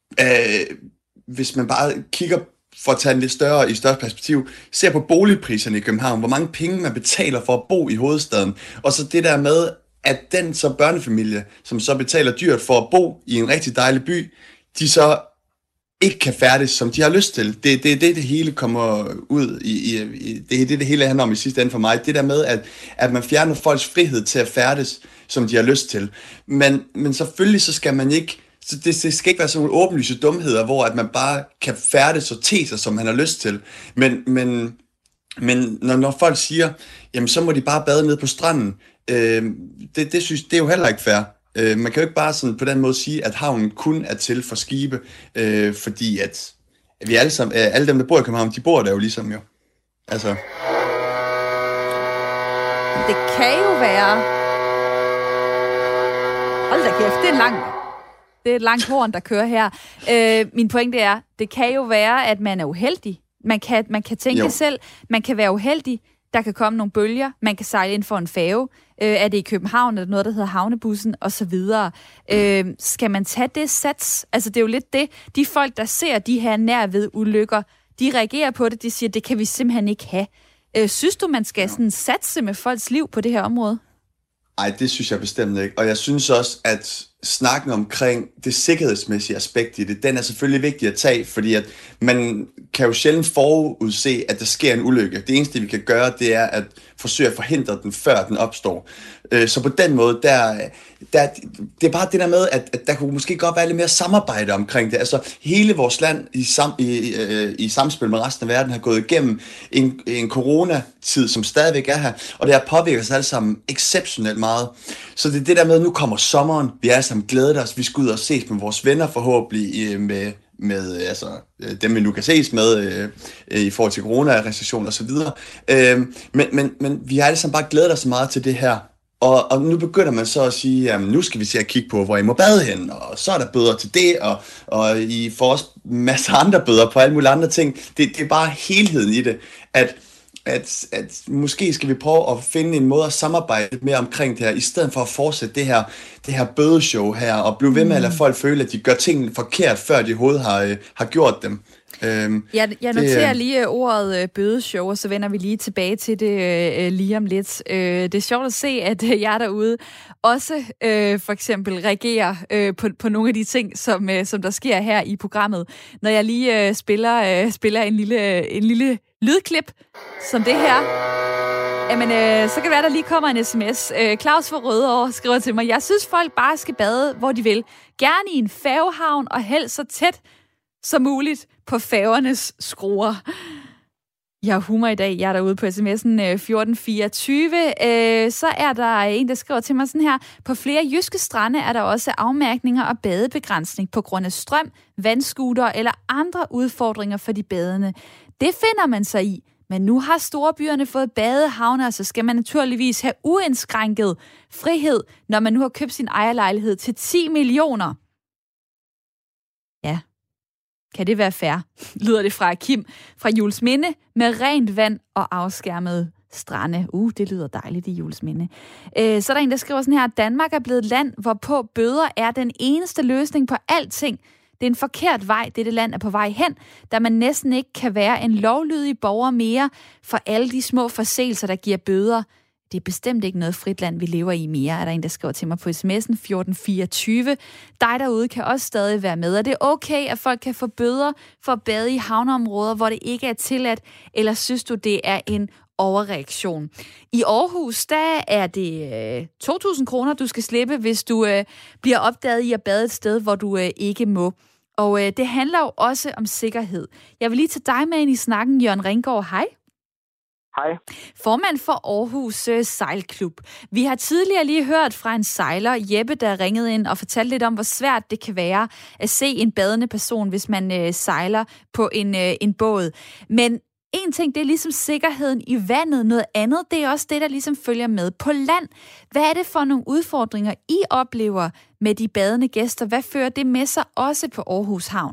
øh, hvis man bare kigger for at tage en lidt større, i større perspektiv, ser på boligpriserne i København, hvor mange penge man betaler for at bo i hovedstaden, og så det der med, at den så børnefamilie, som så betaler dyrt for at bo i en rigtig dejlig by, de så ikke kan færdes, som de har lyst til. Det er det, det, det hele kommer ud i, i, i det er det, det hele handler om i sidste ende for mig. Det der med, at, at man fjerner folks frihed til at færdes, som de har lyst til. Men, men selvfølgelig så skal man ikke, så det, det skal ikke være sådan nogle åbenlyse dumheder, hvor at man bare kan færdes og te sig, som man har lyst til. Men, men, men når, når folk siger, jamen så må de bare bade ned på stranden, øh, det, det, synes, det er jo heller ikke fair. Øh, man kan jo ikke bare sådan på den måde sige, at havnen kun er til for skibe, øh, fordi at vi alle sammen, øh, alle dem, der bor i København, de bor der jo ligesom jo. Altså. Det kan jo være, Hold da kæft, det er en lang... Det er et langt horn, der kører her. Øh, min pointe er, det kan jo være, at man er uheldig. Man kan, man kan tænke jo. selv, man kan være uheldig. Der kan komme nogle bølger. Man kan sejle ind for en færge. Øh, er det i København, er det noget, der hedder havnebussen, og så videre. Øh, skal man tage det sats? Altså, det er jo lidt det. De folk, der ser de her nærved ulykker, de reagerer på det. De siger, det kan vi simpelthen ikke have. Øh, synes du, man skal sådan satse med folks liv på det her område? Nej, det synes jeg bestemt ikke. Og jeg synes også, at snakken omkring det sikkerhedsmæssige aspekt i det, den er selvfølgelig vigtig at tage, fordi at man kan jo sjældent forudse, at der sker en ulykke. Det eneste, vi kan gøre, det er at forsøge at forhindre den, før den opstår. Så på den måde, der, der, det er bare det der med, at, at der kunne måske godt være lidt mere samarbejde omkring det. Altså hele vores land i, sam, i, i samspil med resten af verden har gået igennem en, en coronatid, som stadigvæk er her, og det har påvirket os alle sammen exceptionelt meget. Så det er det der med, at nu kommer sommeren, vi er sammen glæder os, vi skal ud og ses med vores venner forhåbentlig med, med altså, dem, vi nu kan ses med øh, i forhold til corona-restriktioner og så videre. Øh, men, men, men vi har alle sammen bare glædet os så meget til det her. Og, og nu begynder man så at sige, jamen nu skal vi se at kigge på, hvor I må bade hen, og så er der bøder til det, og, og I får også masser af andre bøder på alle mulige andre ting. Det, det er bare helheden i det, at At, at måske skal vi prøve at finde en måde at samarbejde lidt mere omkring det her, i stedet for at fortsætte det her, det her bødeshow her, og blive ved med at lade folk føle, at de gør tingene forkert, før de overhovedet har, har gjort dem. Øhm, jeg, jeg noterer det, lige ordet øh, bødeshow, og så vender vi lige tilbage til det øh, lige om lidt. Øh, det er sjovt at se, at øh, jeg derude også øh, for eksempel reagerer øh, på, på nogle af de ting, som, øh, som der sker her i programmet. Når jeg lige øh, spiller, øh, spiller en lille, en lille lydklip som det her, jamen, øh, så kan det være, der lige kommer en sms. Øh, Claus fra Rødovre skriver til mig, jeg synes, folk bare skal bade, hvor de vil. Gerne i en færgehavn, og helst så tæt som muligt på færgernes skruer. Jeg har humor i dag. Jeg er derude på sms'en fjorten fireogtyve. Øh, så er der en, der skriver til mig sådan her. På flere jyske strande er der også afmærkninger og badebegrænsning på grund af strøm, vandscooter eller andre udfordringer for de badende. Det finder man sig i. Men nu har storbyerne fået badehavner, så skal man naturligvis have uindskrænket frihed, når man nu har købt sin ejerlejlighed til ti millioner. Ja. Kan det være fair? Lyder det fra Kim fra Juelsminde med rent vand og afskærmede strande. Uh, det lyder dejligt i Juelsminde. Øh, så er der en, der skriver sådan her, at Danmark er blevet et land, hvorpå bøder er den eneste løsning på alting. Det er en forkert vej, dette land er på vej hen, da man næsten ikke kan være en lovlydig borger mere for alle de små forseelser, der giver bøder. Det er bestemt ikke noget frit land, vi lever i mere, er der en, der skriver til mig på sms'en fjorten fireogtyve. Dig derude kan også stadig være med, og det er okay, at folk kan få bøder for at bade i havneområder, hvor det ikke er tilladt, eller synes du, det er en overreaktion? I Aarhus, der er det øh, to tusind kroner, du skal slippe, hvis du øh, bliver opdaget i at bade et sted, hvor du øh, ikke må. Og øh, det handler jo også om sikkerhed. Jeg vil lige tage dig med ind i snakken, Jørgen Ringgaard. Hej. Hej. Formand for Aarhus øh, Sejlklub. Vi har tidligere lige hørt fra en sejler, Jeppe, der ringede ind og fortalte lidt om, hvor svært det kan være at se en badende person, hvis man øh, sejler på en, øh, en båd. Men en ting, det er ligesom sikkerheden i vandet. Noget andet, det er også det, der ligesom følger med på land. Hvad er det for nogle udfordringer, I oplever med de badende gæster? Hvad fører det med sig også på Aarhus Havn?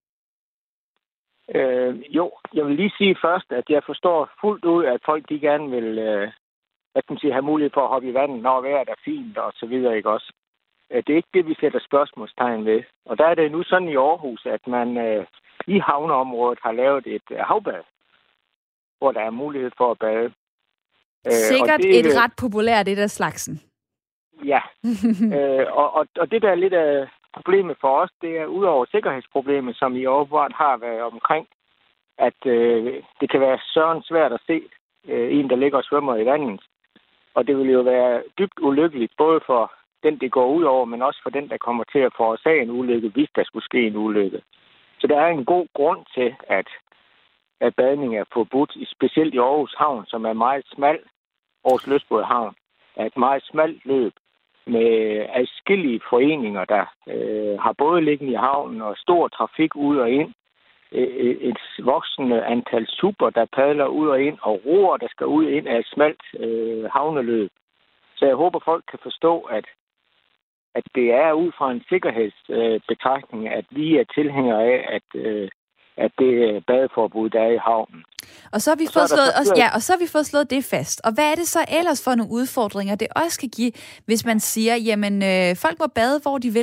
Øh, jo, jeg vil lige sige først, at jeg forstår fuldt ud, at folk de gerne vil øh, hvad kan man sige, have mulighed for at hoppe i vandet, når vejret er fint og så videre, ikke også? Det er ikke det, vi sætter spørgsmålstegn ved. Og der er det nu sådan i Aarhus, at man øh, i havneområdet har lavet et øh, havbad, hvor der er mulighed for at bade. Sikkert og det, et ret populært et af slagsen. Ja, øh, og, og, og det der er lidt af problemet for os, det er udover sikkerhedsproblemet, som I overvejt har været omkring, at øh, det kan være søren svært at se øh, en, der ligger og svømmer i vandet. Og det vil jo være dybt ulykkeligt, både for den, det går ud over, men også for den, der kommer til at forårsage en ulykke, hvis der skulle ske en ulykke. Så der er en god grund til, at, at badning er forbudt, specielt i Aarhus Havn, som er meget smal. Aarhus Lystbåd Havn er et meget smalt løb med adskillige foreninger, der øh, har både liggende i havnen og stor trafik ud og ind. Et, et voksende antal super, der padler ud og ind, og roer, der skal ud og ind af et smalt øh, havneløb. Så jeg håber, folk kan forstå, at at det er ud fra en sikkerhedsbetragtning, øh, at vi er tilhængere af, at, øh, at det badeforbud, der er i havnen. Og så har vi og fået så slået, så, ja, og så har vi fået slået det fast. Og hvad er det så ellers for nogle udfordringer, det også kan give, hvis man siger, jamen øh, folk må bade, hvor de vil?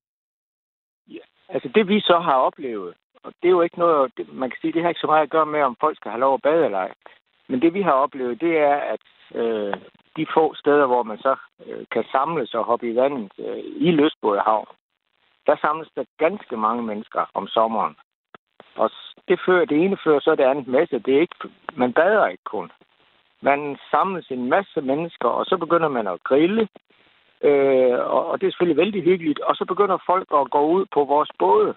Ja, altså det vi så har oplevet, og det er jo ikke noget, det, man kan sige, det har ikke så meget at gøre med, om folk skal have lov at bade eller ej. Men det vi har oplevet, det er, at øh, de få steder, hvor man så øh, kan samles og hoppe i vandet øh, i Lystbådehavn, der samles der ganske mange mennesker om sommeren. Og det, fører, det ene fører så det andet med sig. Det er ikke, man bader ikke kun. Man samles en masse mennesker, og så begynder man at grille. Øh, og, og det er selvfølgelig vældig hyggeligt. Og så begynder folk at gå ud på vores både.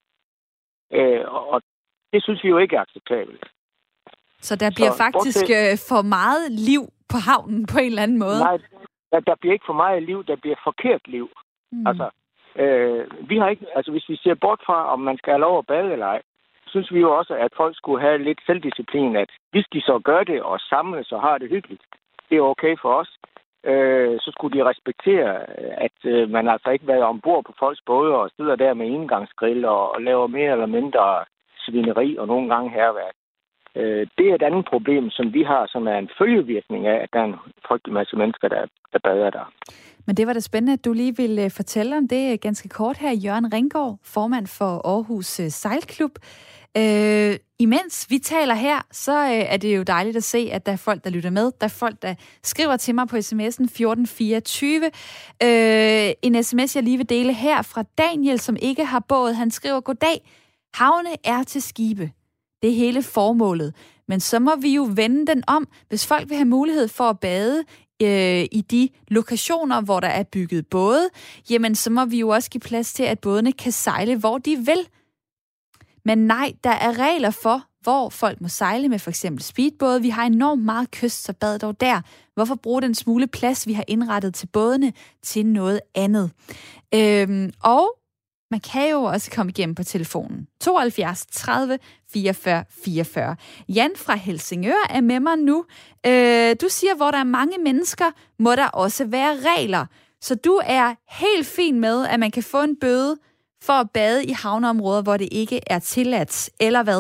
Øh, og, og det synes vi jo ikke er acceptabelt. Så der bliver så, faktisk bortset... for meget liv på havnen på en eller anden måde? Nej, der, der bliver ikke for meget liv, der bliver forkert liv. Mm. Altså, øh, vi har ikke, altså, hvis vi ser bort fra, om man skal have lov at bade eller ej, synes vi jo også, at folk skulle have lidt selvdisciplin, at hvis de så gør det og samles og har det hyggeligt, det er okay for os, øh, så skulle de respektere, at øh, man altså ikke været ombord på folks både og sidder der med engangsgrill og, og laver mere eller mindre svineri og nogle gange herværk. Øh, det er et andet problem, som vi har, som er en følgevirkning af, at der er en frygtelig masse mennesker, der, der bader der. Men det var det spændende, at du lige ville fortælle om det ganske kort her. Jørgen Ringgaard, formand for Aarhus Sejlklub. Øh, imens vi taler her, så øh, er det jo dejligt at se, at der er folk, der lytter med. Der er folk, der skriver til mig på sms'en fjorten fireogtyve. Øh, en sms, jeg lige vil dele her fra Daniel, som ikke har båd. Han skriver, goddag, havne er til skibe. Det er hele formålet. Men så må vi jo vende den om, hvis folk vil have mulighed for at bade øh, i de lokationer, hvor der er bygget både, jamen så må vi jo også give plads til, at bådene kan sejle, hvor de vil. Men nej, der er regler for, hvor folk må sejle med for eksempel speedbåde. Vi har enormt meget kyst, så bad dog der. Hvorfor bruge den smule plads, vi har indrettet til bådene, til noget andet? Øhm, og man kan jo også komme igennem på telefonen. tooghalvfjerds tredive fireogfyrre fireogfyrre. Jan fra Helsingør er med mig nu. Øh, du siger, hvor der er mange mennesker, må der også være regler. Så du er helt fin med, at man kan få en bøde for at bade i havneområder, hvor det ikke er tilladt, eller hvad?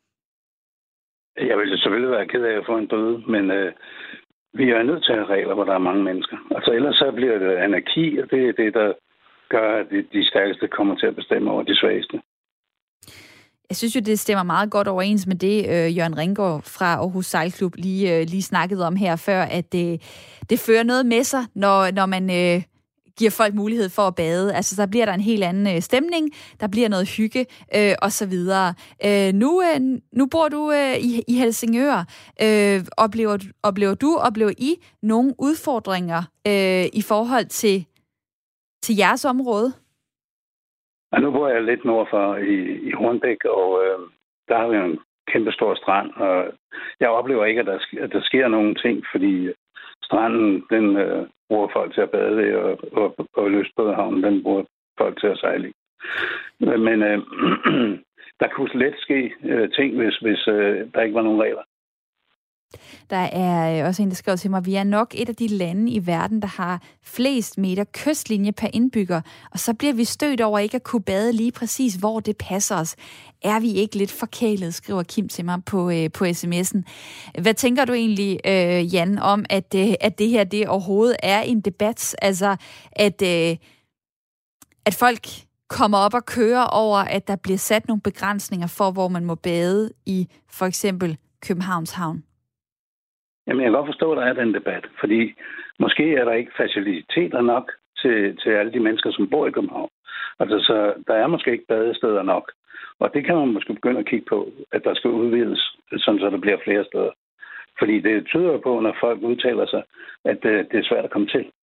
Jeg vil selvfølgelig være ked af at få en bøde, men øh, vi er nødt til at have regler, hvor der er mange mennesker. Altså ellers så bliver det anarki, og det er det, der gør, at de stærkeste kommer til at bestemme over de svageste. Jeg synes jo, det stemmer meget godt overens med det, øh, Jørgen Ringgaard fra Aarhus Sejlklub lige, øh, lige snakkede om her før, at det, det fører noget med sig, når, når man øh, giver folk mulighed for at bade. Altså, der bliver der en helt anden øh, stemning, der bliver noget hygge øh, og så videre. Øh, nu, øh, nu bor du øh, i, i Helsingør. Øh, oplever, oplever du, oplever I nogle udfordringer øh, i forhold til til jeres område? Ja, nu bor jeg lidt nord for i, i Hornbæk, og øh, der har vi en kæmpe stor strand, og jeg oplever ikke, at der, at der sker nogen ting, fordi stranden, den øh, bruger folk til at bade i, og, og, og Lystbådehavnen, den bruger folk til at sejle i. Men øh, der kunne let ske øh, ting, hvis, hvis øh, der ikke var nogen regler. Der er også en, der skriver til mig, vi er nok et af de lande i verden, der har flest meter kystlinje per indbygger, og så bliver vi stødt over ikke at kunne bade lige præcis, hvor det passer os. Er vi ikke lidt forkælet, skriver Kim til mig på, øh, på sms'en. Hvad tænker du egentlig, øh, Jan, om, at, øh, at det her det overhovedet er en debat? Altså, at, øh, at folk kommer op og kører over, at der bliver sat nogle begrænsninger for, hvor man må bade i for eksempel Københavns Havn? Jamen, jeg kan godt forstå, at der er den debat, fordi måske er der ikke faciliteter nok til, til alle de mennesker, som bor i København. Altså, så der er måske ikke badesteder nok. Og det kan man måske begynde at kigge på, at der skal udvides, sådan så der bliver flere steder. Fordi det tyder på, når folk udtaler sig, at det, det er svært at komme til.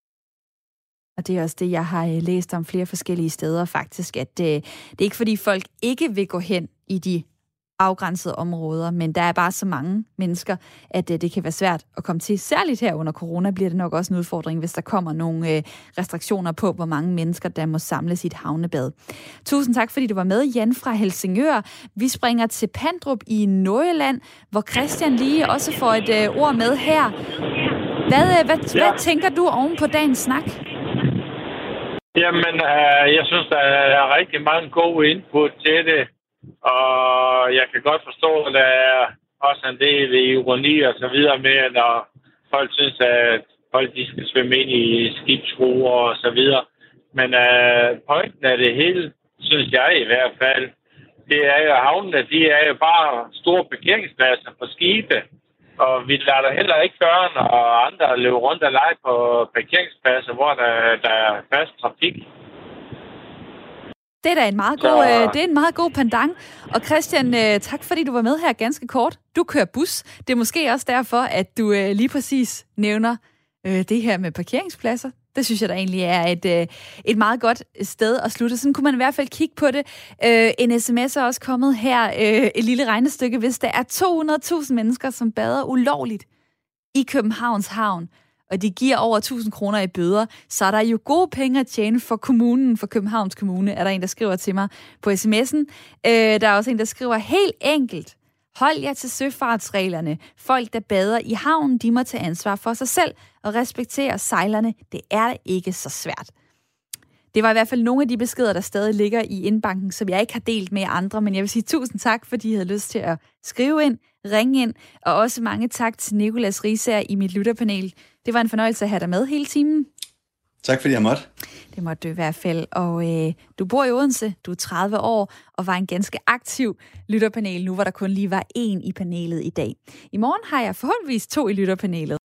Og det er også det, jeg har læst om flere forskellige steder faktisk, at det, det er ikke fordi folk ikke vil gå hen i de afgrænsede områder, men der er bare så mange mennesker, at det kan være svært at komme til. Særligt her under corona bliver det nok også en udfordring, hvis der kommer nogle restriktioner på, hvor mange mennesker, der må samles i et havnebad. Tusind tak, fordi du var med, Jan fra Helsingør. Vi springer til Pandrup i Nordjylland, hvor Christian lige også får et øh, ord med her. Hvad, hvad, ja. hvad tænker du oven på dagens snak? Jamen, øh, jeg synes, der er rigtig mange gode input til det. Og jeg kan godt forstå, at der er også en del ironi og så videre med, når folk synes, at folk de skal svømme ind i skibsskruer og så videre. Men øh, pointen af det hele, synes jeg i hvert fald, det er jo, havnene, de er jo bare store parkeringspladser på skibe. Og vi lader der heller ikke børn og andre løbe rundt og lege på parkeringspladser, hvor der, der er fast trafik. Det er da en meget god, øh, det er en meget god pendant. Og Christian, øh, tak fordi du var med her ganske kort. Du kører bus. Det er måske også derfor, at du øh, lige præcis nævner øh, det her med parkeringspladser. Det synes jeg da egentlig er et, øh, et meget godt sted at slutte. Sådan kunne man i hvert fald kigge på det. Øh, en sms er også kommet her. Øh, et lille regnestykke. Hvis der er to hundrede tusind mennesker, som bader ulovligt i Københavns Havn, og de giver over tusind kroner i bøder, så er der jo gode penge at tjene for kommunen, for Københavns Kommune, er der en, der skriver til mig på sms'en. Øh, der er også en, der skriver helt enkelt: hold jer til søfartsreglerne. Folk, der bader i havnen, de må tage ansvar for sig selv og respektere sejlerne. Det er ikke så svært. Det var i hvert fald nogle af de beskeder, der stadig ligger i indbanken, som jeg ikke har delt med andre, men jeg vil sige tusind tak, fordi I havde lyst til at skrive ind, ringe ind, og også mange tak til Nicolas Riisager i mit lytterpanel. Det var en fornøjelse at have dig med hele timen. Tak fordi jeg måtte. Det måtte du i hvert fald. Og øh, du bor i Odense, du er tredive år, og var en ganske aktiv lytterpanel, nu hvor der kun lige var én i panelet i dag. I morgen har jeg forhåbentligvis to i lytterpanelet.